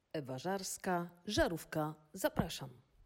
Ewa Żarska, Żarówka, zapraszam.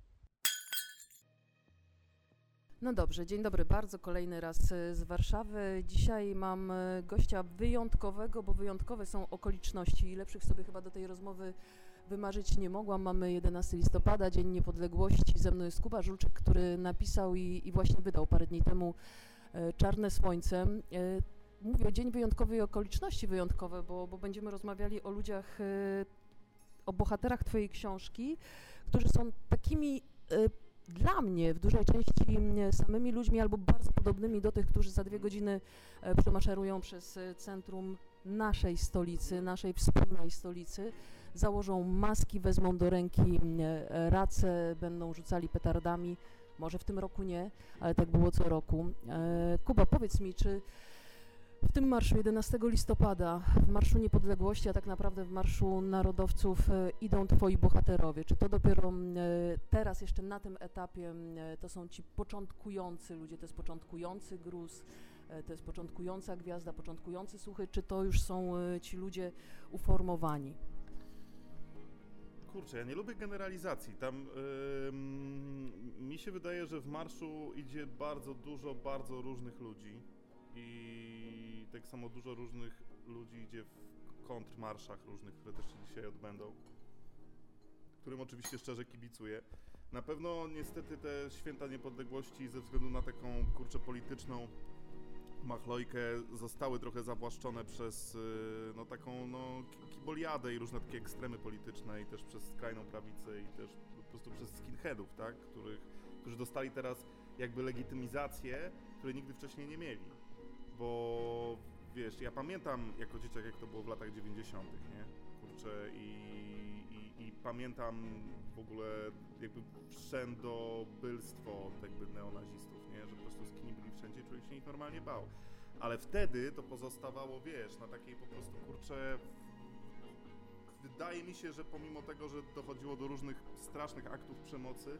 No dobrze, dzień dobry bardzo, kolejny raz z Warszawy. Dzisiaj mam gościa wyjątkowego, bo wyjątkowe są okoliczności i lepszych sobie chyba do tej rozmowy wymarzyć nie mogłam. Mamy 11 listopada, Dzień Niepodległości. Ze mną jest Kuba Żulczyk, który napisał i właśnie wydał parę dni temu Czarne Słońce. Mówię o dzień wyjątkowy i okoliczności wyjątkowe, bo będziemy rozmawiali o ludziach, o bohaterach twojej książki, którzy są takimi dla mnie w dużej części samymi ludźmi albo bardzo podobnymi do tych, którzy za 2 godziny przemaszerują przez centrum naszej stolicy, naszej wspólnej stolicy, założą maski, wezmą do ręki race, będą rzucali petardami. Może w tym roku nie, ale tak było co roku. Kuba, powiedz mi, czy w tym marszu 11 listopada, w Marszu Niepodległości, a tak naprawdę w Marszu Narodowców idą twoi bohaterowie? Czy to dopiero teraz, jeszcze na tym etapie, to są ci początkujący ludzie, to jest początkujący gruz, to jest początkująca gwiazda, początkujący Suchy, czy to już są ci ludzie uformowani? Kurczę, ja nie lubię generalizacji. Tam mi się wydaje, że w marszu idzie bardzo dużo, bardzo różnych ludzi. I tak samo dużo różnych ludzi idzie w kontrmarszach różnych, które też się dzisiaj odbędą, którym oczywiście szczerze kibicuję. Na pewno niestety te święta niepodległości ze względu na taką polityczną machlojkę zostały trochę zawłaszczone przez taką kiboliadę i różne takie ekstremy polityczne i też przez skrajną prawicę i też po prostu przez skinheadów, tak? Którzy dostali teraz jakby legitymizację, której nigdy wcześniej nie mieli. Bo wiesz, ja pamiętam jako dzieciak, jak to było w latach 90., nie? Kurczę, i pamiętam w ogóle jakby wszędobylstwo jakby neonazistów, nie? Że po prostu skini byli wszędzie, człowiek się ich normalnie bał. Ale wtedy to pozostawało, wiesz, na takiej po prostu, kurczę, wydaje mi się, że pomimo tego, że dochodziło do różnych strasznych aktów przemocy,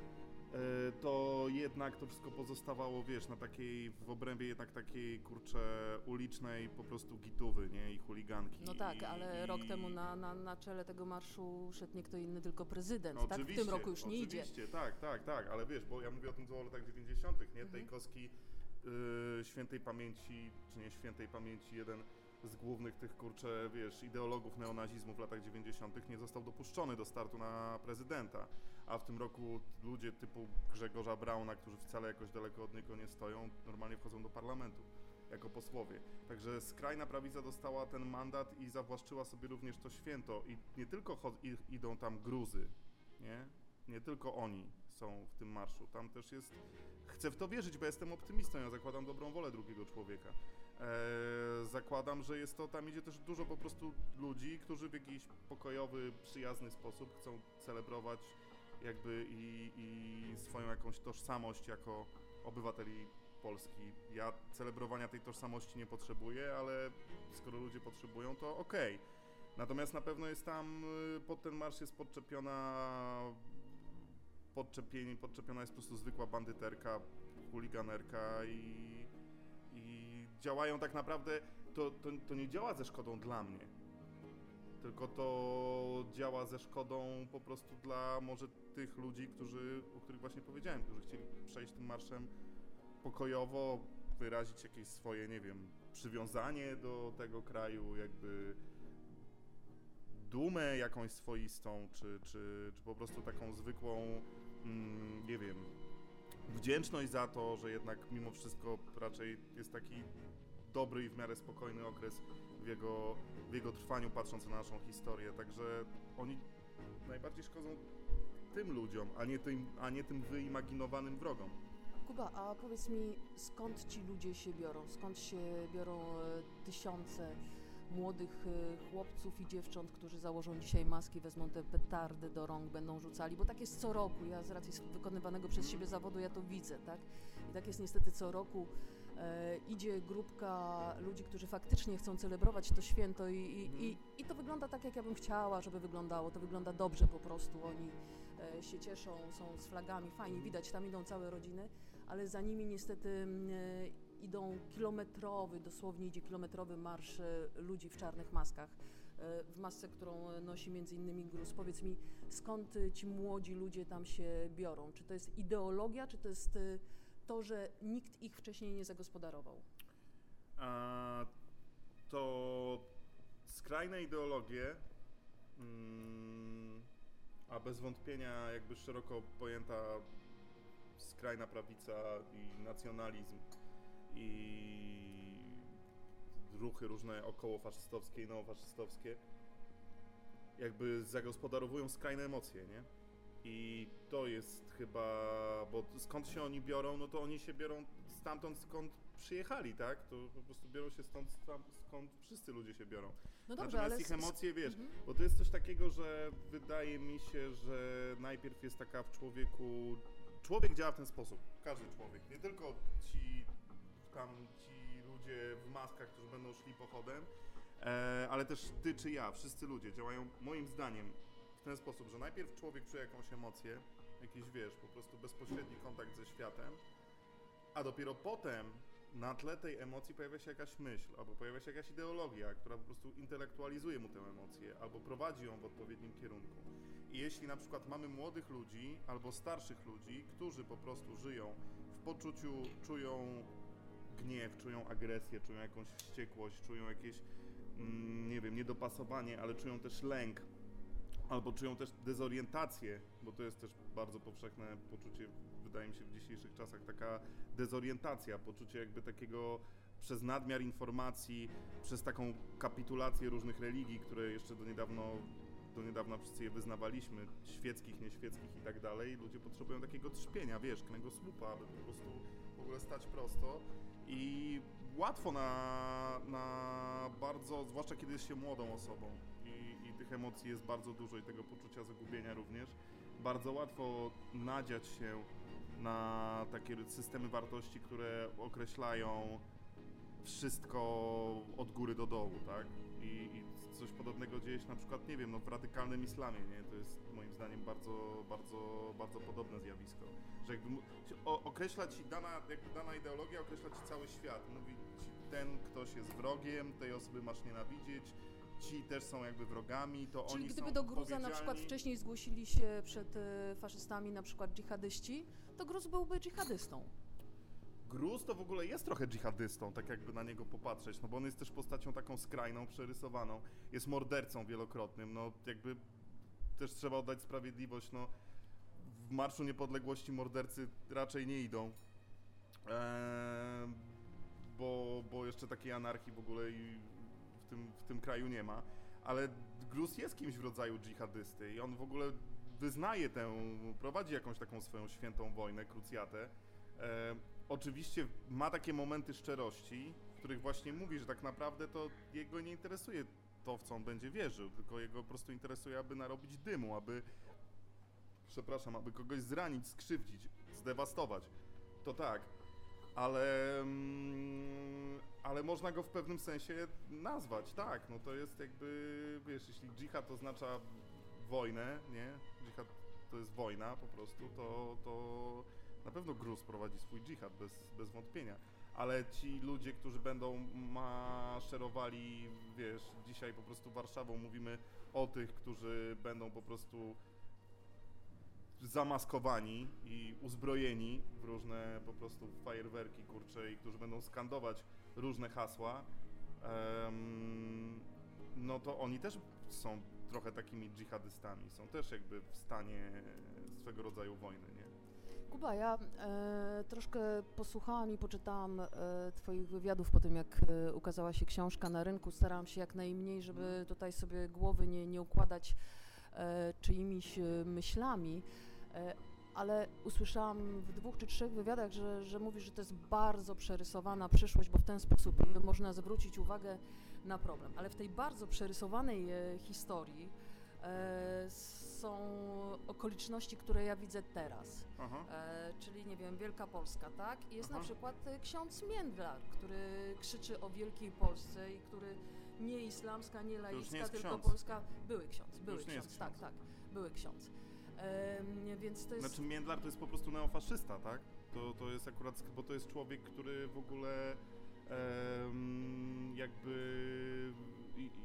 to jednak to wszystko pozostawało, wiesz, na takiej, w obrębie jednak takiej, kurczę, ulicznej po prostu gitówy, nie, i chuliganki. No tak, ale rok temu na czele tego marszu szedł nie kto inny, tylko prezydent, no, tak? W tym roku już nie idzie. Oczywiście, tak, ale wiesz, bo ja mówię o tym co o latach 90., nie, tej kostki świętej pamięci, czy nie świętej pamięci, jeden z głównych tych, kurczę, wiesz, ideologów neonazizmu w latach 90. nie został dopuszczony do startu na prezydenta, a w tym roku ludzie typu Grzegorza Brauna, którzy wcale jakoś daleko od niego nie stoją, normalnie wchodzą do parlamentu jako posłowie. Także skrajna prawica dostała ten mandat i zawłaszczyła sobie również to święto i nie tylko idą tam Gruzy, nie tylko oni są w tym marszu, tam też jest, chcę w to wierzyć, bo jestem optymistą, ja zakładam dobrą wolę drugiego człowieka. Zakładam, że tam idzie też dużo po prostu ludzi, którzy w jakiś pokojowy, przyjazny sposób chcą celebrować jakby i swoją jakąś tożsamość jako obywateli Polski. Ja celebrowania tej tożsamości nie potrzebuję, ale skoro ludzie potrzebują, to okej. Natomiast na pewno jest tam, pod ten marsz jest podczepiona jest po prostu zwykła bandyterka, chuliganerka i działają tak naprawdę, to nie działa ze szkodą dla mnie, tylko to działa ze szkodą po prostu dla może tych ludzi, o których właśnie powiedziałem, którzy chcieli przejść tym marszem pokojowo, wyrazić jakieś swoje, nie wiem, przywiązanie do tego kraju, jakby dumę jakąś swoistą, czy po prostu taką zwykłą, nie wiem, wdzięczność za to, że jednak mimo wszystko raczej jest taki dobry i w miarę spokojny okres w jego trwaniu, patrząc na naszą historię. Także oni najbardziej szkodzą tym ludziom, a nie tym wyimaginowanym wrogom. Kuba, a powiedz mi, skąd ci ludzie się biorą? Skąd się biorą tysiące młodych chłopców i dziewcząt, którzy założą dzisiaj maski, wezmą te petardy do rąk, będą rzucali, bo tak jest co roku. Ja z racji wykonywanego przez siebie zawodu ja to widzę, tak? I tak jest niestety co roku. Idzie grupka ludzi, którzy faktycznie chcą celebrować to święto i to wygląda tak, jak ja bym chciała, żeby wyglądało. To wygląda dobrze po prostu. Oni się cieszą, są z flagami, fajnie widać, tam idą całe rodziny, ale za nimi niestety idą dosłownie idzie kilometrowy marsz ludzi w czarnych maskach. w masce, którą nosi między innymi Gruz. Powiedz mi, skąd ci młodzi ludzie tam się biorą? Czy to jest ideologia, czy to jest to, że nikt ich wcześniej nie zagospodarował? To skrajne ideologie, a bez wątpienia jakby szeroko pojęta skrajna prawica i nacjonalizm i ruchy różne okołofaszystowskie i neofaszystowskie jakby zagospodarowują skrajne emocje, nie? I to jest chyba, bo skąd się oni biorą, no to oni się biorą stamtąd, skąd przyjechali, tak? To po prostu biorą się stąd, skąd wszyscy ludzie się biorą. No dobrze, natomiast ale ich emocje, wiesz, bo to jest coś takiego, że wydaje mi się, że najpierw jest taka w człowieku, człowiek działa w ten sposób, każdy człowiek, nie tylko ci ludzie w maskach, którzy będą szli pochodem, ale też ty czy ja, wszyscy ludzie działają moim zdaniem w ten sposób, że najpierw człowiek czuje jakąś emocję, jakiś, wiesz, po prostu bezpośredni kontakt ze światem, a dopiero potem na tle tej emocji pojawia się jakaś myśl, albo pojawia się jakaś ideologia, która po prostu intelektualizuje mu tę emocję, albo prowadzi ją w odpowiednim kierunku. I jeśli na przykład mamy młodych ludzi, albo starszych ludzi, którzy po prostu żyją w poczuciu, czują gniew, czują agresję, czują jakąś wściekłość, czują jakieś, nie wiem, niedopasowanie, ale czują też lęk, albo czują też dezorientację, bo to jest też bardzo powszechne poczucie, wydaje mi się, w dzisiejszych czasach, taka dezorientacja, poczucie jakby takiego przez nadmiar informacji, przez taką kapitulację różnych religii, które jeszcze do niedawna wszyscy je wyznawaliśmy, świeckich, nieświeckich i tak dalej. Ludzie potrzebują takiego trzpienia, wiesz, kręgosłupa, aby po prostu w ogóle stać prosto. I łatwo na bardzo, zwłaszcza kiedy jest się młodą osobą i tych emocji jest bardzo dużo i tego poczucia zagubienia również, bardzo łatwo nadziać się na takie systemy wartości, które określają wszystko od góry do dołu, tak? I coś podobnego dzieje się na przykład, nie wiem, no w radykalnym islamie, nie? To jest moim zdaniem bardzo, bardzo, bardzo podobne zjawisko. Że jakby określa ci dana ideologia określa ci cały świat. Mówi ci, ten ktoś jest wrogiem, tej osoby masz nienawidzieć, ci też są jakby wrogami, to Czyli oni są gdyby do Gruza na przykład wcześniej zgłosili się przed faszystami na przykład dżihadyści, to Gruz byłby dżihadystą. Gruz to w ogóle jest trochę dżihadystą, tak jakby na niego popatrzeć, no bo on jest też postacią taką skrajną, przerysowaną, jest mordercą wielokrotnym, no jakby też trzeba oddać sprawiedliwość, no w Marszu Niepodległości mordercy raczej nie idą, bo jeszcze takiej anarchii w ogóle i w tym kraju nie ma, ale Gruz jest kimś w rodzaju dżihadysty i on w ogóle wyznaje prowadzi jakąś taką swoją świętą wojnę, krucjatę. Oczywiście ma takie momenty szczerości, w których właśnie mówi, że tak naprawdę to jego nie interesuje to, w co on będzie wierzył, tylko jego po prostu interesuje, aby narobić dymu, aby kogoś zranić, skrzywdzić, zdewastować. To tak, ale można go w pewnym sensie nazwać, tak, no to jest jakby, wiesz, jeśli dżihad oznacza wojnę, nie, dżihad to jest wojna po prostu, to na pewno Gruz prowadzi swój dżihad, bez wątpienia, ale ci ludzie, którzy będą maszerowali, wiesz, dzisiaj po prostu Warszawą, mówimy o tych, którzy będą po prostu zamaskowani i uzbrojeni w różne po prostu fajerwerki, kurcze, i którzy będą skandować różne hasła, no to oni też są trochę takimi dżihadystami, są też jakby w stanie swego rodzaju wojny, nie? Kuba, ja troszkę posłuchałam i poczytałam Twoich wywiadów po tym, jak ukazała się książka na rynku. Starałam się jak najmniej, żeby tutaj sobie głowy nie układać czyimiś myślami, ale usłyszałam w 2 czy 3 wywiadach, że mówisz, że to jest bardzo przerysowana przyszłość, bo w ten sposób można zwrócić uwagę na problem. Ale w tej bardzo przerysowanej historii są okoliczności, które ja widzę teraz, czyli nie wiem, Wielka Polska, tak? I jest na przykład ksiądz Międlar, który krzyczy o Wielkiej Polsce i który nie islamska, nie laicka, tylko ksiądz. Polska. Były ksiądz, tak, były ksiądz. Więc to jest... Znaczy Międlar to jest po prostu neofaszysta, tak? To jest akurat, bo to jest człowiek, który w ogóle jakby... I to są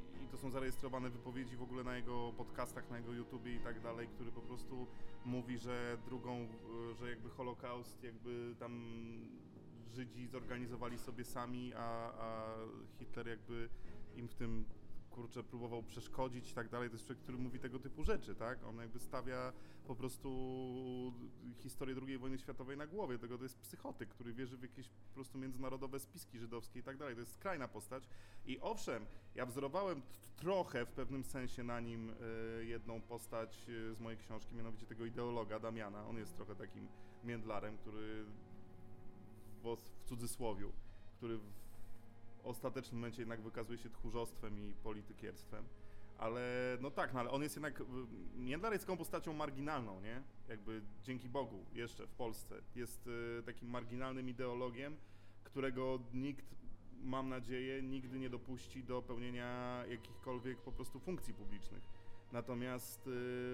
są zarejestrowane wypowiedzi w ogóle na jego podcastach, na jego YouTubie i tak dalej, który po prostu mówi, że że jakby Holokaust, jakby tam Żydzi zorganizowali sobie sami, a Hitler jakby im w tym, kurczę, próbował przeszkodzić i tak dalej. To jest człowiek, który mówi tego typu rzeczy, tak? On jakby stawia po prostu historię II wojny światowej na głowie. To jest psychotyk, który wierzy w jakieś po prostu międzynarodowe spiski żydowskie i tak dalej. To jest skrajna postać. I owszem, ja wzorowałem trochę w pewnym sensie na nim jedną postać z mojej książki, mianowicie tego ideologa Damiana. On jest trochę takim międlarem, który w cudzysłowiu, który w ostatecznym momencie jednak wykazuje się tchórzostwem i politykierstwem, ale no tak, no ale on jest jednak, Międlar jest taką postacią marginalną, nie? Jakby dzięki Bogu jeszcze w Polsce jest takim marginalnym ideologiem, którego nikt, mam nadzieję, nigdy nie dopuści do pełnienia jakichkolwiek po prostu funkcji publicznych. Natomiast,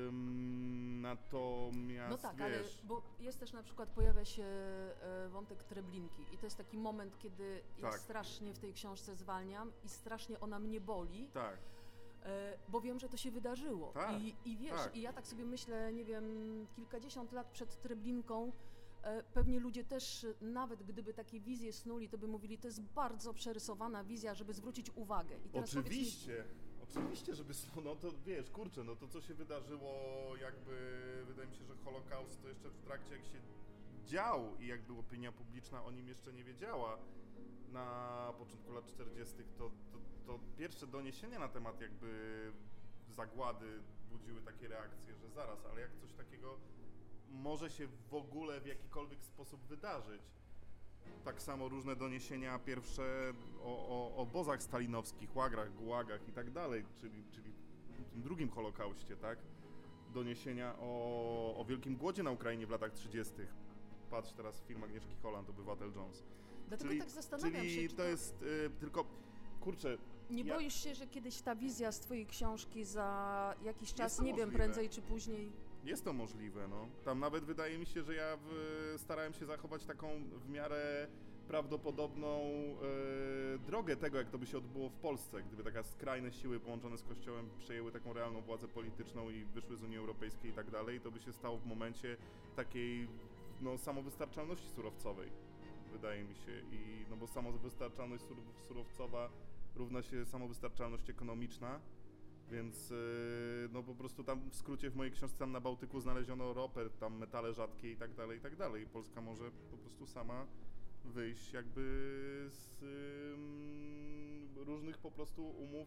No tak, wiesz... ale bo jest też na przykład, pojawia się wątek Treblinki i to jest taki moment, kiedy ja strasznie w tej książce zwalniam i strasznie ona mnie boli, bo wiem, że to się wydarzyło. I wiesz, i ja tak sobie myślę, nie wiem, kilkadziesiąt lat przed Treblinką, pewnie ludzie też, nawet gdyby takie wizje snuli, to by mówili, to jest bardzo przerysowana wizja, żeby zwrócić uwagę. I teraz oczywiście, oczywiście, żeby, no to wiesz, kurczę, no to co się wydarzyło, jakby, wydaje mi się, że Holokaust to jeszcze w trakcie jak się dział i jakby opinia publiczna o nim jeszcze nie wiedziała na początku lat 40., to pierwsze doniesienia na temat jakby zagłady budziły takie reakcje, że zaraz, ale jak coś takiego może się w ogóle w jakikolwiek sposób wydarzyć. Tak samo różne doniesienia pierwsze o obozach stalinowskich, łagrach, gułagach i tak dalej, czyli tym drugim Holokauście, tak? Doniesienia o wielkim głodzie na Ukrainie w latach 30. Patrz teraz film Agnieszki Holland, Obywatel Jones. Dlatego tak zastanawiam się, to jest tylko, kurczę... Nie boisz się, że kiedyś ta wizja z twojej książki za jakiś czas, nie możliwe. wiem, prędzej czy później... Jest to możliwe, no. Tam nawet wydaje mi się, że ja starałem się zachować taką w miarę prawdopodobną drogę tego, jak to by się odbyło w Polsce, gdyby takie skrajne siły połączone z Kościołem przejęły taką realną władzę polityczną i wyszły z Unii Europejskiej i tak dalej, to by się stało w momencie takiej, no, samowystarczalności surowcowej, wydaje mi się. I, no bo samowystarczalność surowcowa równa się samowystarczalność ekonomiczna. Więc no po prostu tam w skrócie w mojej książce tam na Bałtyku znaleziono ropę, tam metale rzadkie i tak dalej, i tak dalej. Polska może po prostu sama wyjść jakby z różnych po prostu umów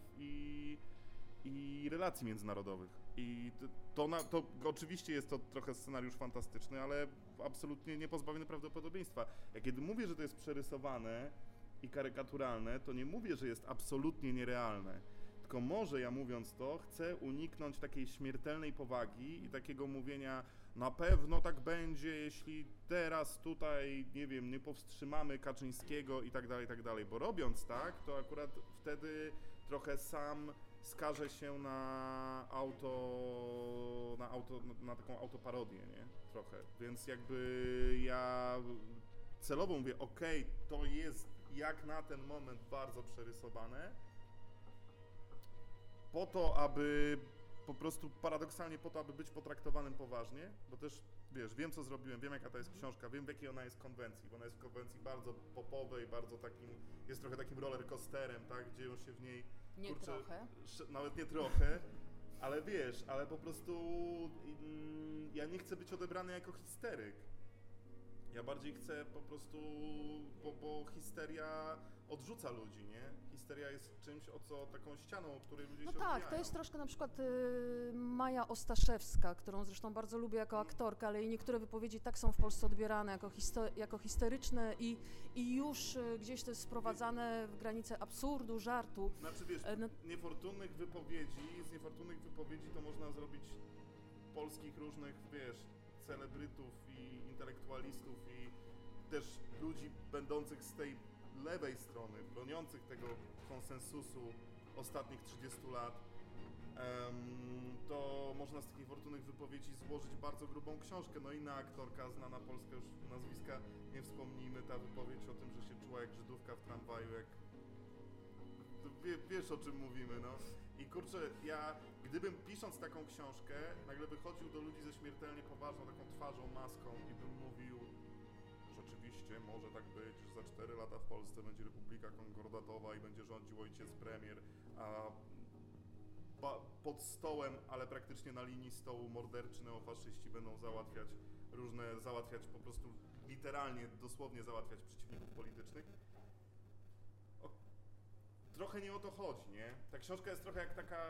i relacji międzynarodowych. I to oczywiście jest to trochę scenariusz fantastyczny, ale absolutnie niepozbawiony prawdopodobieństwa. Ja kiedy mówię, że to jest przerysowane i karykaturalne, to nie mówię, że jest absolutnie nierealne. Tylko może ja mówiąc to, chcę uniknąć takiej śmiertelnej powagi i takiego mówienia, na pewno tak będzie, jeśli teraz tutaj, nie wiem, nie powstrzymamy Kaczyńskiego i tak dalej, bo robiąc tak, to akurat wtedy trochę sam skażę się na taką autoparodię, nie? Trochę, więc jakby ja celowo mówię, okej, to jest jak na ten moment bardzo przerysowane, po to, aby po prostu paradoksalnie po to, aby być potraktowanym poważnie, bo też, wiesz, wiem co zrobiłem, wiem jaka to jest książka, wiem w jakiej ona jest konwencji, bo ona jest w konwencji bardzo popowej, bardzo takim, jest trochę takim rollercoasterem, tak, dzieją się w niej, nie trochę, nawet nie trochę, ale wiesz, ale po prostu ja nie chcę być odebrany jako histeryk. Ja bardziej chcę po prostu, bo histeria odrzuca ludzi, nie? Histeria jest czymś, taką ścianą, o której ludzie się tak, odbijają. To jest troszkę na przykład Maja Ostaszewska, którą zresztą bardzo lubię jako aktorka, ale jej niektóre wypowiedzi tak są w Polsce odbierane jako historyczne i już gdzieś to jest sprowadzane w granice absurdu, żartu. Znaczy wiesz, z niefortunnych wypowiedzi to można zrobić polskich różnych, wiesz, celebrytów i intelektualistów i też ludzi będących z tej lewej strony, broniących tego konsensusu ostatnich 30 lat, to można z takich fortunnych wypowiedzi złożyć bardzo grubą książkę. No inna aktorka, znana polska, już nazwiska nie wspomnijmy, ta wypowiedź o tym, że się czuła jak Żydówka w tramwaju, jak... Wiesz o czym mówimy, no. I kurczę, ja gdybym pisząc taką książkę, nagle wychodził do ludzi ze śmiertelnie poważną taką twarzą, maską i bym mówił, rzeczywiście może tak być, że za 4 lata w Polsce będzie Republika Konkordatowa i będzie rządził ojciec premier, a pod stołem, ale praktycznie na linii stołu morderczy neofaszyści będą załatwiać po prostu literalnie, dosłownie załatwiać przeciwników politycznych. Trochę nie o to chodzi, nie? Ta książka jest trochę jak taka,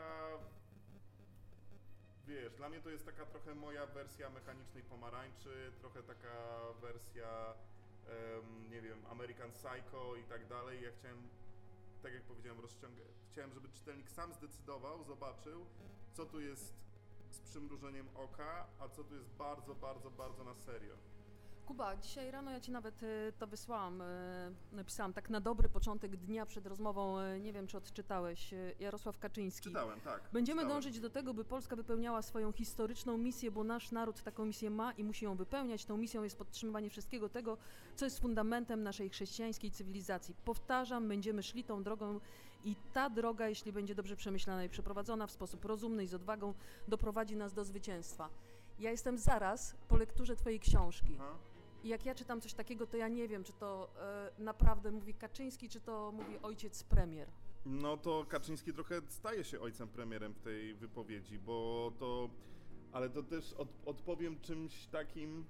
wiesz, dla mnie to jest taka trochę moja wersja Mechanicznej Pomarańczy, trochę taka wersja, nie wiem, American Psycho i tak dalej. Ja chciałem, tak jak powiedziałem, chciałem, żeby czytelnik sam zdecydował, zobaczył, co tu jest z przymrużeniem oka, a co tu jest bardzo, bardzo, bardzo na serio. Kuba, dzisiaj rano ja Ci nawet to wysłałam, napisałam tak na dobry początek dnia przed rozmową, nie wiem czy odczytałeś, Jarosław Kaczyński. Czytałem, tak. Będziemy dążyć do tego, by Polska wypełniała swoją historyczną misję, bo nasz naród taką misję ma i musi ją wypełniać. Tą misją jest podtrzymywanie wszystkiego tego, co jest fundamentem naszej chrześcijańskiej cywilizacji. Powtarzam, będziemy szli tą drogą i ta droga, jeśli będzie dobrze przemyślana i przeprowadzona w sposób rozumny i z odwagą, doprowadzi nas do zwycięstwa. Ja jestem zaraz po lekturze Twojej książki. Aha. I jak ja czytam coś takiego, to ja nie wiem, czy to naprawdę mówi Kaczyński, czy to mówi ojciec premier. No to Kaczyński trochę staje się ojcem premierem w tej wypowiedzi, bo to... Ale to też odpowiem czymś takim...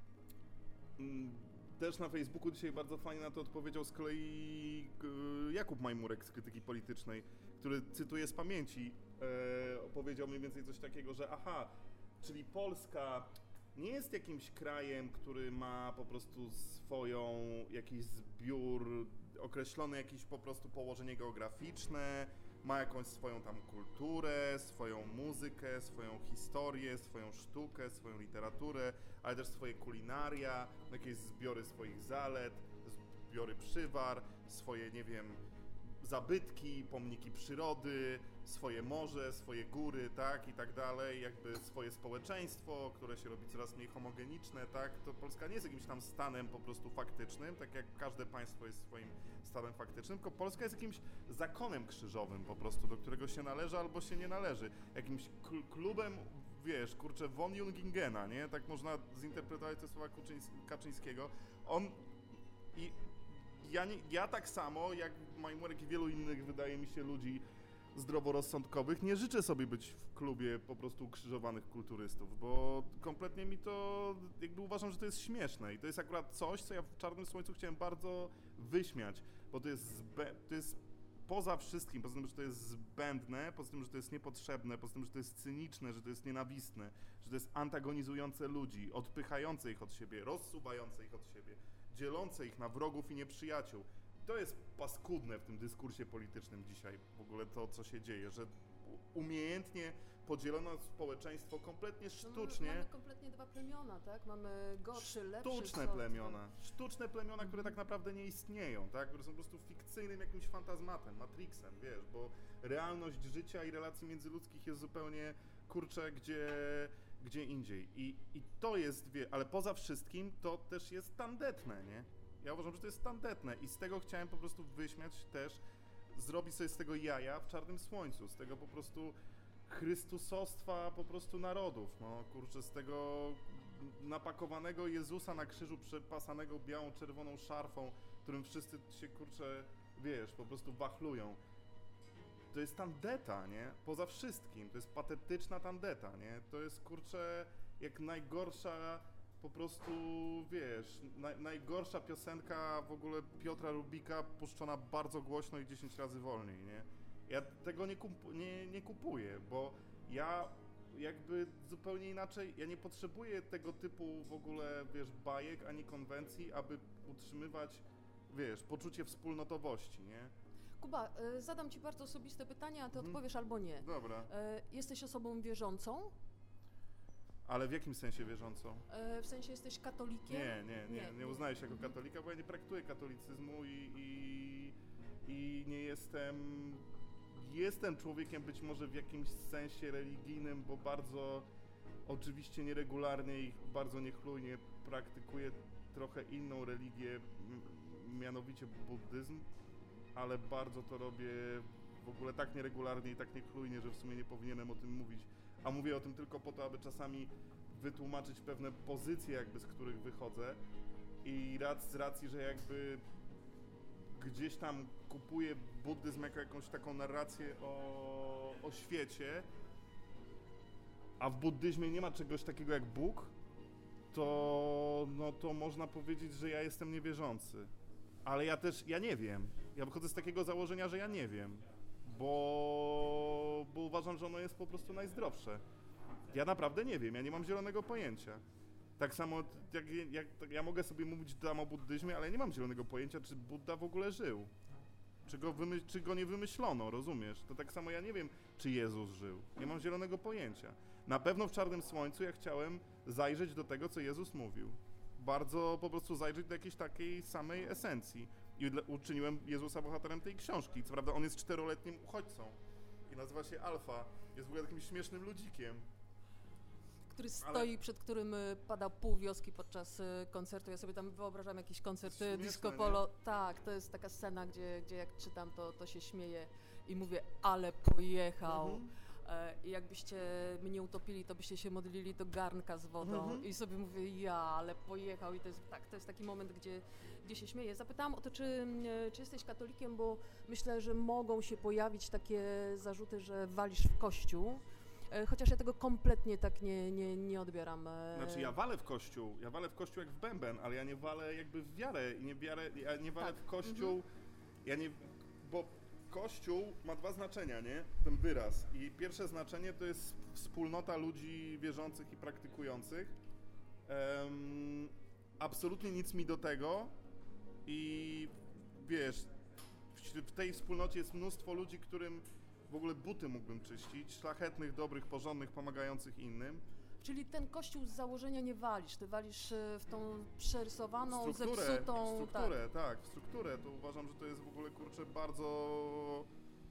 Też na Facebooku dzisiaj bardzo fajnie na to odpowiedział z kolei Jakub Majmurek z Krytyki Politycznej, który, cytuję z pamięci, powiedział mniej więcej coś takiego, że czyli Polska nie jest jakimś krajem, który ma po prostu jakiś zbiór, określone jakieś po prostu położenie geograficzne, ma jakąś swoją tam kulturę, swoją muzykę, swoją historię, swoją sztukę, swoją literaturę, ale też swoje kulinaria, jakieś zbiory swoich zalet, zbiory przywar, swoje, nie wiem, zabytki, pomniki przyrody, swoje morze, swoje góry, tak, i tak dalej, jakby swoje społeczeństwo, które się robi coraz mniej homogeniczne, tak, to Polska nie jest jakimś tam stanem po prostu faktycznym, tak jak każde państwo jest swoim stanem faktycznym, tylko Polska jest jakimś zakonem krzyżowym po prostu, do którego się należy albo się nie należy, jakimś klubem, wiesz, kurczę, von Jungingena, nie, tak można zinterpretować te słowa Kaczyńskiego, ja tak samo, jak Majmurek i wielu innych, wydaje mi się, ludzi zdroworozsądkowych, nie życzę sobie być w klubie po prostu ukrzyżowanych kulturystów, bo kompletnie mi to, jakby uważam, że to jest śmieszne i to jest akurat coś, co ja w Czarnym Słońcu chciałem bardzo wyśmiać, bo to jest poza wszystkim, poza tym, że to jest zbędne, poza tym, że to jest niepotrzebne, poza tym, że to jest cyniczne, że to jest nienawistne, że to jest antagonizujące ludzi, odpychające ich od siebie, rozsuwające ich od siebie, dzielące ich na wrogów i nieprzyjaciół. To jest paskudne w tym dyskursie politycznym dzisiaj, w ogóle to, co się dzieje, że umiejętnie podzielono społeczeństwo kompletnie sztucznie. Mamy kompletnie dwa plemiona, tak? Mamy gorszy, lepszy. Sztuczne plemiona, które tak naprawdę nie istnieją, tak? Które są po prostu fikcyjnym jakimś fantazmatem, Matrixem, wiesz, bo realność życia i relacji międzyludzkich jest zupełnie, kurczę, gdzie indziej. I to jest, ale poza wszystkim to też jest tandetne, nie? Ja uważam, że to jest tandetne i z tego chciałem po prostu wyśmiać też, zrobić sobie z tego jaja w Czarnym Słońcu, z tego po prostu chrystusostwa po prostu narodów, no kurczę, z tego napakowanego Jezusa na krzyżu przepasanego białą, czerwoną szarfą, którym wszyscy się, kurczę, wiesz, po prostu wachlują. To jest tandeta, nie? Poza wszystkim, to jest patetyczna tandeta, nie? To jest, kurczę, jak najgorsza po prostu, wiesz, najgorsza piosenka w ogóle Piotra Rubika puszczona bardzo głośno i 10 razy wolniej, nie? Ja tego nie kupuję, bo ja jakby zupełnie inaczej, ja nie potrzebuję tego typu w ogóle, wiesz, bajek ani konwencji, aby utrzymywać, wiesz, poczucie wspólnotowości, nie? Kuba, zadam Ci bardzo osobiste pytanie, a Ty odpowiesz albo nie. Dobra. Jesteś osobą wierzącą? Ale w jakim sensie wierzącą? W sensie jesteś katolikiem? Nie uznaję się jako katolika, bo ja nie praktykuję katolicyzmu i nie jestem człowiekiem być może w jakimś sensie religijnym, bo bardzo oczywiście nieregularnie i bardzo niechlujnie praktykuję trochę inną religię, mianowicie buddyzm, ale bardzo to robię w ogóle tak nieregularnie i tak niechlujnie, że w sumie nie powinienem o tym mówić, a mówię o tym tylko po to, aby czasami wytłumaczyć pewne pozycje jakby, z których wychodzę i z racji, że jakby gdzieś tam kupuję buddyzm jako jakąś taką narrację o świecie, a w buddyzmie nie ma czegoś takiego jak Bóg, to można powiedzieć, że ja jestem niewierzący. Ale ja nie wiem. Ja wychodzę z takiego założenia, że ja nie wiem, bo uważam, że ono jest po prostu najzdrowsze. Ja naprawdę nie wiem, ja nie mam zielonego pojęcia. Tak samo jak ja mogę sobie mówić tam o buddyzmie, ale nie mam zielonego pojęcia, czy Budda w ogóle żył. Czy go nie wymyślono, rozumiesz? To tak samo ja nie wiem, czy Jezus żył. Nie mam zielonego pojęcia. Na pewno w Czarnym Słońcu ja chciałem zajrzeć do tego, co Jezus mówił. Bardzo po prostu zajrzeć do jakiejś takiej samej esencji. I uczyniłem Jezusa bohaterem tej książki. Co prawda on jest 4-letnim uchodźcą i nazywa się Alfa. Jest w ogóle takim śmiesznym ludzikiem. Który stoi, przed którym pada pół wioski podczas koncertu. Ja sobie tam wyobrażam jakiś koncert disco polo. Nie? Tak, to jest taka scena, gdzie jak czytam, to się śmieję i mówię, ale pojechał. I jakbyście mnie utopili, to byście się modlili do garnka z wodą. I sobie mówię, ale pojechał. I to jest taki moment, gdzie się śmieję. Zapytałam o to, czy jesteś katolikiem, bo myślę, że mogą się pojawić takie zarzuty, że walisz w kościół. Chociaż ja tego kompletnie tak nie odbieram. Znaczy ja walę w kościół jak w bęben, ale ja nie walę jakby w wiarę, ja nie walę w kościół, bo kościół ma dwa znaczenia, nie? Ten wyraz. I pierwsze znaczenie to jest wspólnota ludzi wierzących i praktykujących. Absolutnie nic mi do tego i wiesz, w tej wspólnocie jest mnóstwo ludzi, którym w ogóle buty mógłbym czyścić, szlachetnych, dobrych, porządnych, pomagających innym. Czyli ten kościół z założenia nie walisz, ty walisz w tą przerysowaną, zepsutą... W strukturę. To uważam, że to jest w ogóle, kurczę, bardzo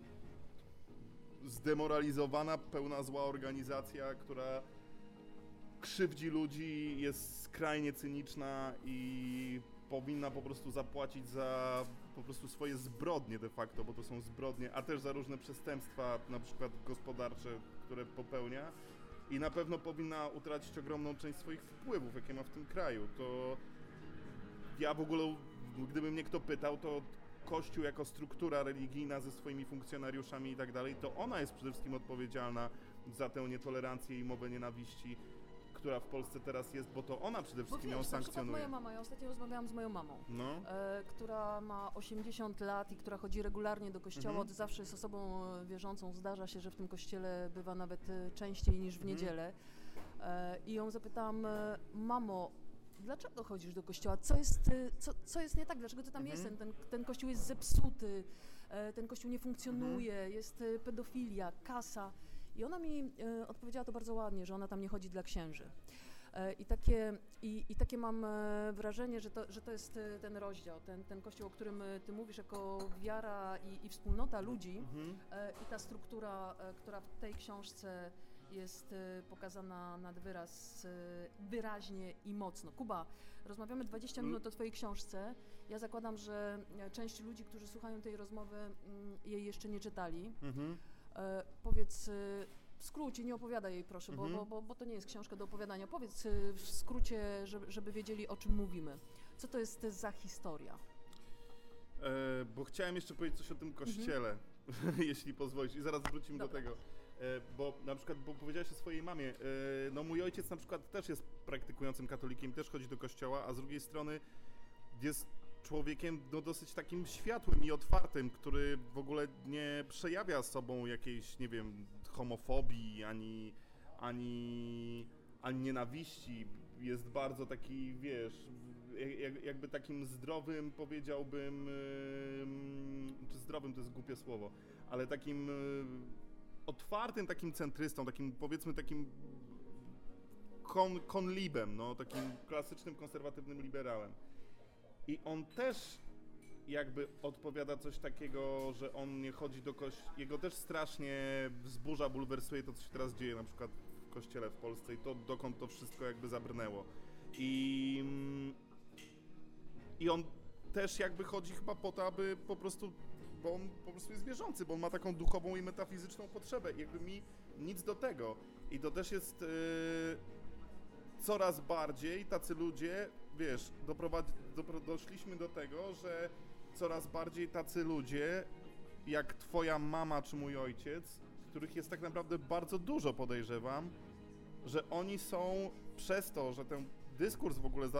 zdemoralizowana, pełna zła organizacja, która krzywdzi ludzi, jest skrajnie cyniczna i powinna po prostu zapłacić za po prostu swoje zbrodnie de facto, bo to są zbrodnie, a też za różne przestępstwa, na przykład gospodarcze, które popełnia i na pewno powinna utracić ogromną część swoich wpływów, jakie ma w tym kraju. To ja w ogóle, gdyby mnie kto pytał, to Kościół jako struktura religijna ze swoimi funkcjonariuszami i tak dalej, to ona jest przede wszystkim odpowiedzialna za tę nietolerancję i mowę nienawiści, która w Polsce teraz jest, bo to ona przede wszystkim ją sankcjonuje. Moja mama, ja ostatnio rozmawiałam z moją mamą, która ma 80 lat i która chodzi regularnie do kościoła, od zawsze jest osobą wierzącą, zdarza się, że w tym kościele bywa nawet częściej niż w niedzielę. I ją zapytałam, mamo, dlaczego chodzisz do kościoła? Co jest nie tak? Dlaczego ty tam jest? Ten kościół jest zepsuty, ten kościół nie funkcjonuje, jest pedofilia, kasa. I ona mi odpowiedziała to bardzo ładnie, że ona tam nie chodzi dla księży. I takie mam wrażenie, że to jest ten rozdział, ten kościół, o którym ty mówisz, jako wiara i wspólnota ludzi i ta struktura, która w tej książce jest pokazana nad wyraz wyraźnie i mocno. Kuba, rozmawiamy 20 minut o twojej książce. Ja zakładam, że część ludzi, którzy słuchają tej rozmowy, jej jeszcze nie czytali. Powiedz w skrócie, nie opowiadaj jej proszę, bo to nie jest książka do opowiadania. Powiedz w skrócie, żeby wiedzieli, o czym mówimy. Co to jest za historia? Bo chciałem jeszcze powiedzieć coś o tym kościele, jeśli pozwolisz, i zaraz wrócimy do tego. Bo na przykład, bo powiedziałeś o swojej mamie, no mój ojciec na przykład też jest praktykującym katolikiem, też chodzi do kościoła, a z drugiej strony jest człowiekiem dosyć takim światłym i otwartym, który w ogóle nie przejawia sobą jakiejś, nie wiem, homofobii, ani nienawiści. Jest bardzo taki, wiesz, jakby takim zdrowym, powiedziałbym, czy zdrowym to jest głupie słowo, ale takim otwartym, takim centrystą, takim, powiedzmy, takim konlibem, no, takim klasycznym, konserwatywnym liberałem. I on też jakby odpowiada coś takiego, że on nie chodzi do kościoła, jego też strasznie wzburza, bulwersuje to, co się teraz dzieje na przykład w kościele w Polsce i to, dokąd to wszystko jakby zabrnęło. I on też jakby chodzi chyba po to, aby po prostu bo on po prostu jest wierzący, bo on ma taką duchową i metafizyczną potrzebę. I jakby mi nic do tego. I to też jest coraz bardziej tacy ludzie, wiesz, doszliśmy do tego, że coraz bardziej tacy ludzie, jak twoja mama czy mój ojciec, których jest tak naprawdę bardzo dużo, podejrzewam, że oni są przez to, że ten dyskurs w ogóle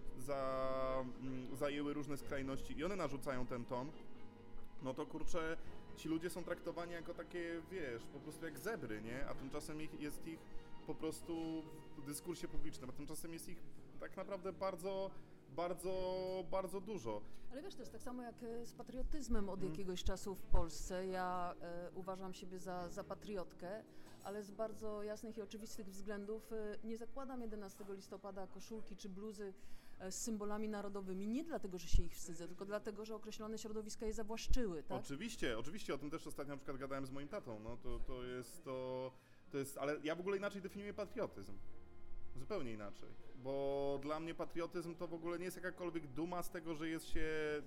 zajęły różne skrajności i one narzucają ten ton, no to kurczę, ci ludzie są traktowani jako takie, wiesz, po prostu jak zebry, nie? A tymczasem jest ich po prostu w dyskursie publicznym, a tymczasem jest ich tak naprawdę bardzo, bardzo, bardzo dużo. Ale wiesz, to jest tak samo jak z patriotyzmem od jakiegoś czasu w Polsce. Ja uważam siebie za patriotkę, ale z bardzo jasnych i oczywistych względów nie zakładam 11 listopada koszulki czy bluzy z symbolami narodowymi. Nie dlatego, że się ich wstydzę, tylko dlatego, że określone środowiska je zawłaszczyły, tak? Oczywiście, o tym też ostatnio na przykład gadałem z moim tatą, no to jest, ale ja w ogóle inaczej definiuję patriotyzm. Zupełnie inaczej, bo dla mnie patriotyzm to w ogóle nie jest jakakolwiek duma z tego, że jest się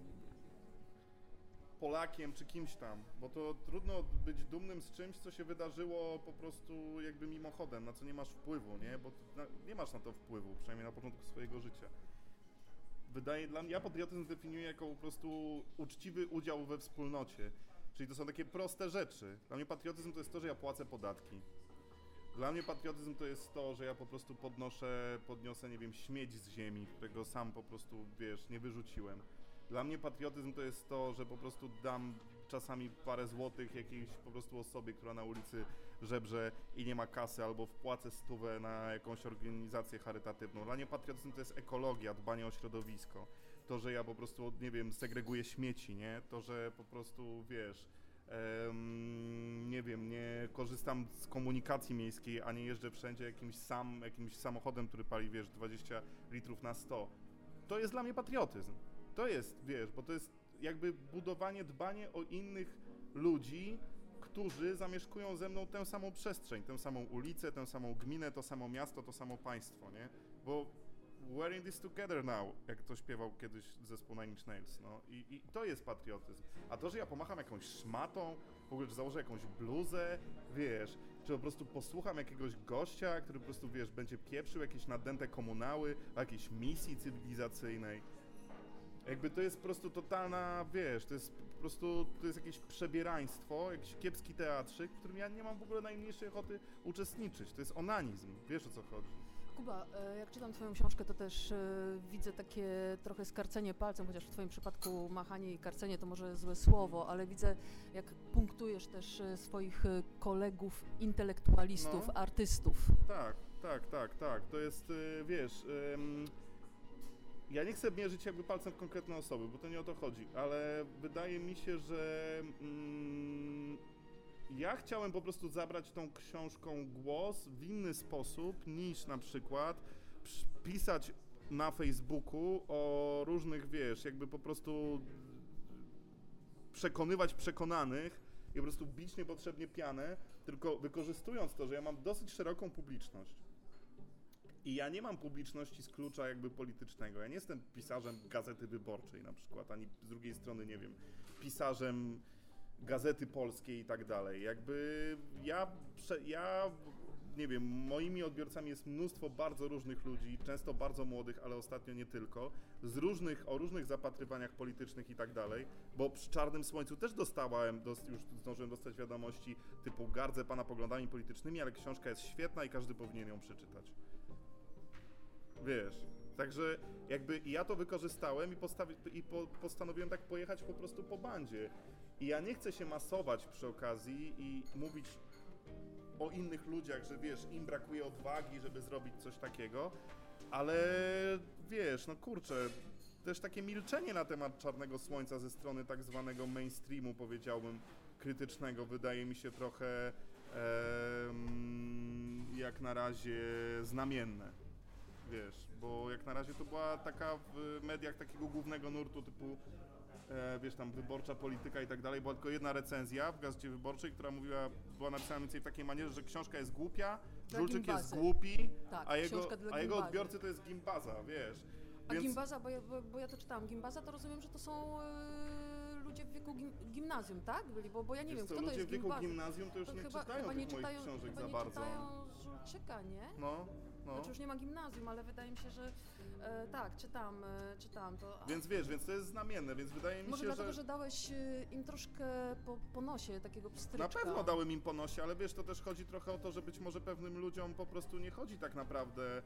Polakiem czy kimś tam, bo to trudno być dumnym z czymś, co się wydarzyło po prostu jakby mimochodem, na co nie masz wpływu, nie? Bo nie masz na to wpływu, przynajmniej na początku swojego życia. Ja patriotyzm definiuję jako po prostu uczciwy udział we wspólnocie, czyli to są takie proste rzeczy. Dla mnie patriotyzm to jest to, że ja płacę podatki. Dla mnie patriotyzm to jest to, że ja po prostu podniosę, nie wiem, śmieć z ziemi, którego sam po prostu, wiesz, nie wyrzuciłem. Dla mnie patriotyzm to jest to, że po prostu dam czasami parę złotych jakiejś po prostu osobie, która na ulicy żebrze i nie ma kasy, albo wpłacę 100 na jakąś organizację charytatywną. Dla mnie patriotyzm to jest ekologia, dbanie o środowisko. To, że ja po prostu, nie wiem, segreguję śmieci, nie? To, że po prostu, wiesz, nie wiem, nie korzystam z komunikacji miejskiej, a nie jeżdżę wszędzie jakimś samochodem, który pali, wiesz, 20 litrów na 100. To jest dla mnie patriotyzm. To jest, wiesz, bo to jest jakby dbanie o innych ludzi, którzy zamieszkują ze mną tę samą przestrzeń, tę samą ulicę, tę samą gminę, to samo miasto, to samo państwo, nie? Bo we're in this together now, jak to śpiewał kiedyś zespół Nine Inch Nails, no. I to jest patriotyzm. A to, że ja pomacham jakąś szmatą, w ogóle, że założę jakąś bluzę, wiesz, czy po prostu posłucham jakiegoś gościa, który po prostu, wiesz, będzie pieprzył jakieś nadęte komunały o jakiejś misji cywilizacyjnej. Jakby to jest po prostu totalna, wiesz, to jest po prostu, to jest jakieś przebieraństwo, jakiś kiepski teatrzyk, w którym ja nie mam w ogóle najmniejszej ochoty uczestniczyć. To jest onanizm, wiesz o co chodzi. Kuba, jak czytam twoją książkę, to też widzę takie trochę skarcenie palcem, chociaż w twoim przypadku machanie i karcenie to może złe słowo, ale widzę, jak punktujesz też swoich kolegów, intelektualistów, artystów. Tak. To jest, wiesz, ja nie chcę mierzyć jakby palcem w konkretne osoby, bo to nie o to chodzi, ale wydaje mi się, że ja chciałem po prostu zabrać tą książką głos w inny sposób niż na przykład pisać na Facebooku o różnych, wiesz, jakby po prostu przekonywać przekonanych i po prostu bić niepotrzebnie pianę, tylko wykorzystując to, że ja mam dosyć szeroką publiczność. I ja nie mam publiczności z klucza jakby politycznego. Ja nie jestem pisarzem Gazety Wyborczej na przykład, ani z drugiej strony, nie wiem, pisarzem Gazety Polskiej i tak dalej. Jakby ja, nie wiem, moimi odbiorcami jest mnóstwo bardzo różnych ludzi, często bardzo młodych, ale ostatnio nie tylko, o różnych zapatrywaniach politycznych i tak dalej, bo przy Czarnym Słońcu też już zdążyłem dostać wiadomości typu gardzę pana poglądami politycznymi, ale książka jest świetna i każdy powinien ją przeczytać. Wiesz, także jakby ja to wykorzystałem i postanowiłem tak pojechać po prostu po bandzie. I ja nie chcę się masować przy okazji i mówić o innych ludziach, że wiesz, im brakuje odwagi, żeby zrobić coś takiego, ale wiesz, no kurczę, też takie milczenie na temat Czarnego Słońca ze strony tak zwanego mainstreamu, powiedziałbym, krytycznego, wydaje mi się trochę jak na razie znamienne. Wiesz, bo jak na razie to była taka w mediach takiego głównego nurtu typu, wiesz, tam Wyborcza Polityka i tak dalej, była tylko jedna recenzja w Gazecie Wyborczej, która była napisana mniej więcej w takiej manierze, że książka jest głupia, Żulczyk jest głupi, tak, a jego odbiorcy to jest gimbaza, wiesz. A gimbaza, bo ja to czytałam, gimbaza to rozumiem, że to są ludzie w wieku gimnazjum, tak? Byli, bo ja nie wiem, co, kto to ludzie jest w wieku gimnazjum to już to nie chyba czytają nie tych moich czytają, książek chyba za nie bardzo. czytają Żulczyka, nie? No. Znaczy już nie ma gimnazjum, ale wydaje mi się, że tak, czytam to. Więc to jest znamienne, więc wydaje mi Może się, dlatego, że dałeś im troszkę po nosie takiego pstryczka. Na pewno dałem im po nosie, ale wiesz, to też chodzi trochę o to, że być może pewnym ludziom po prostu nie chodzi tak naprawdę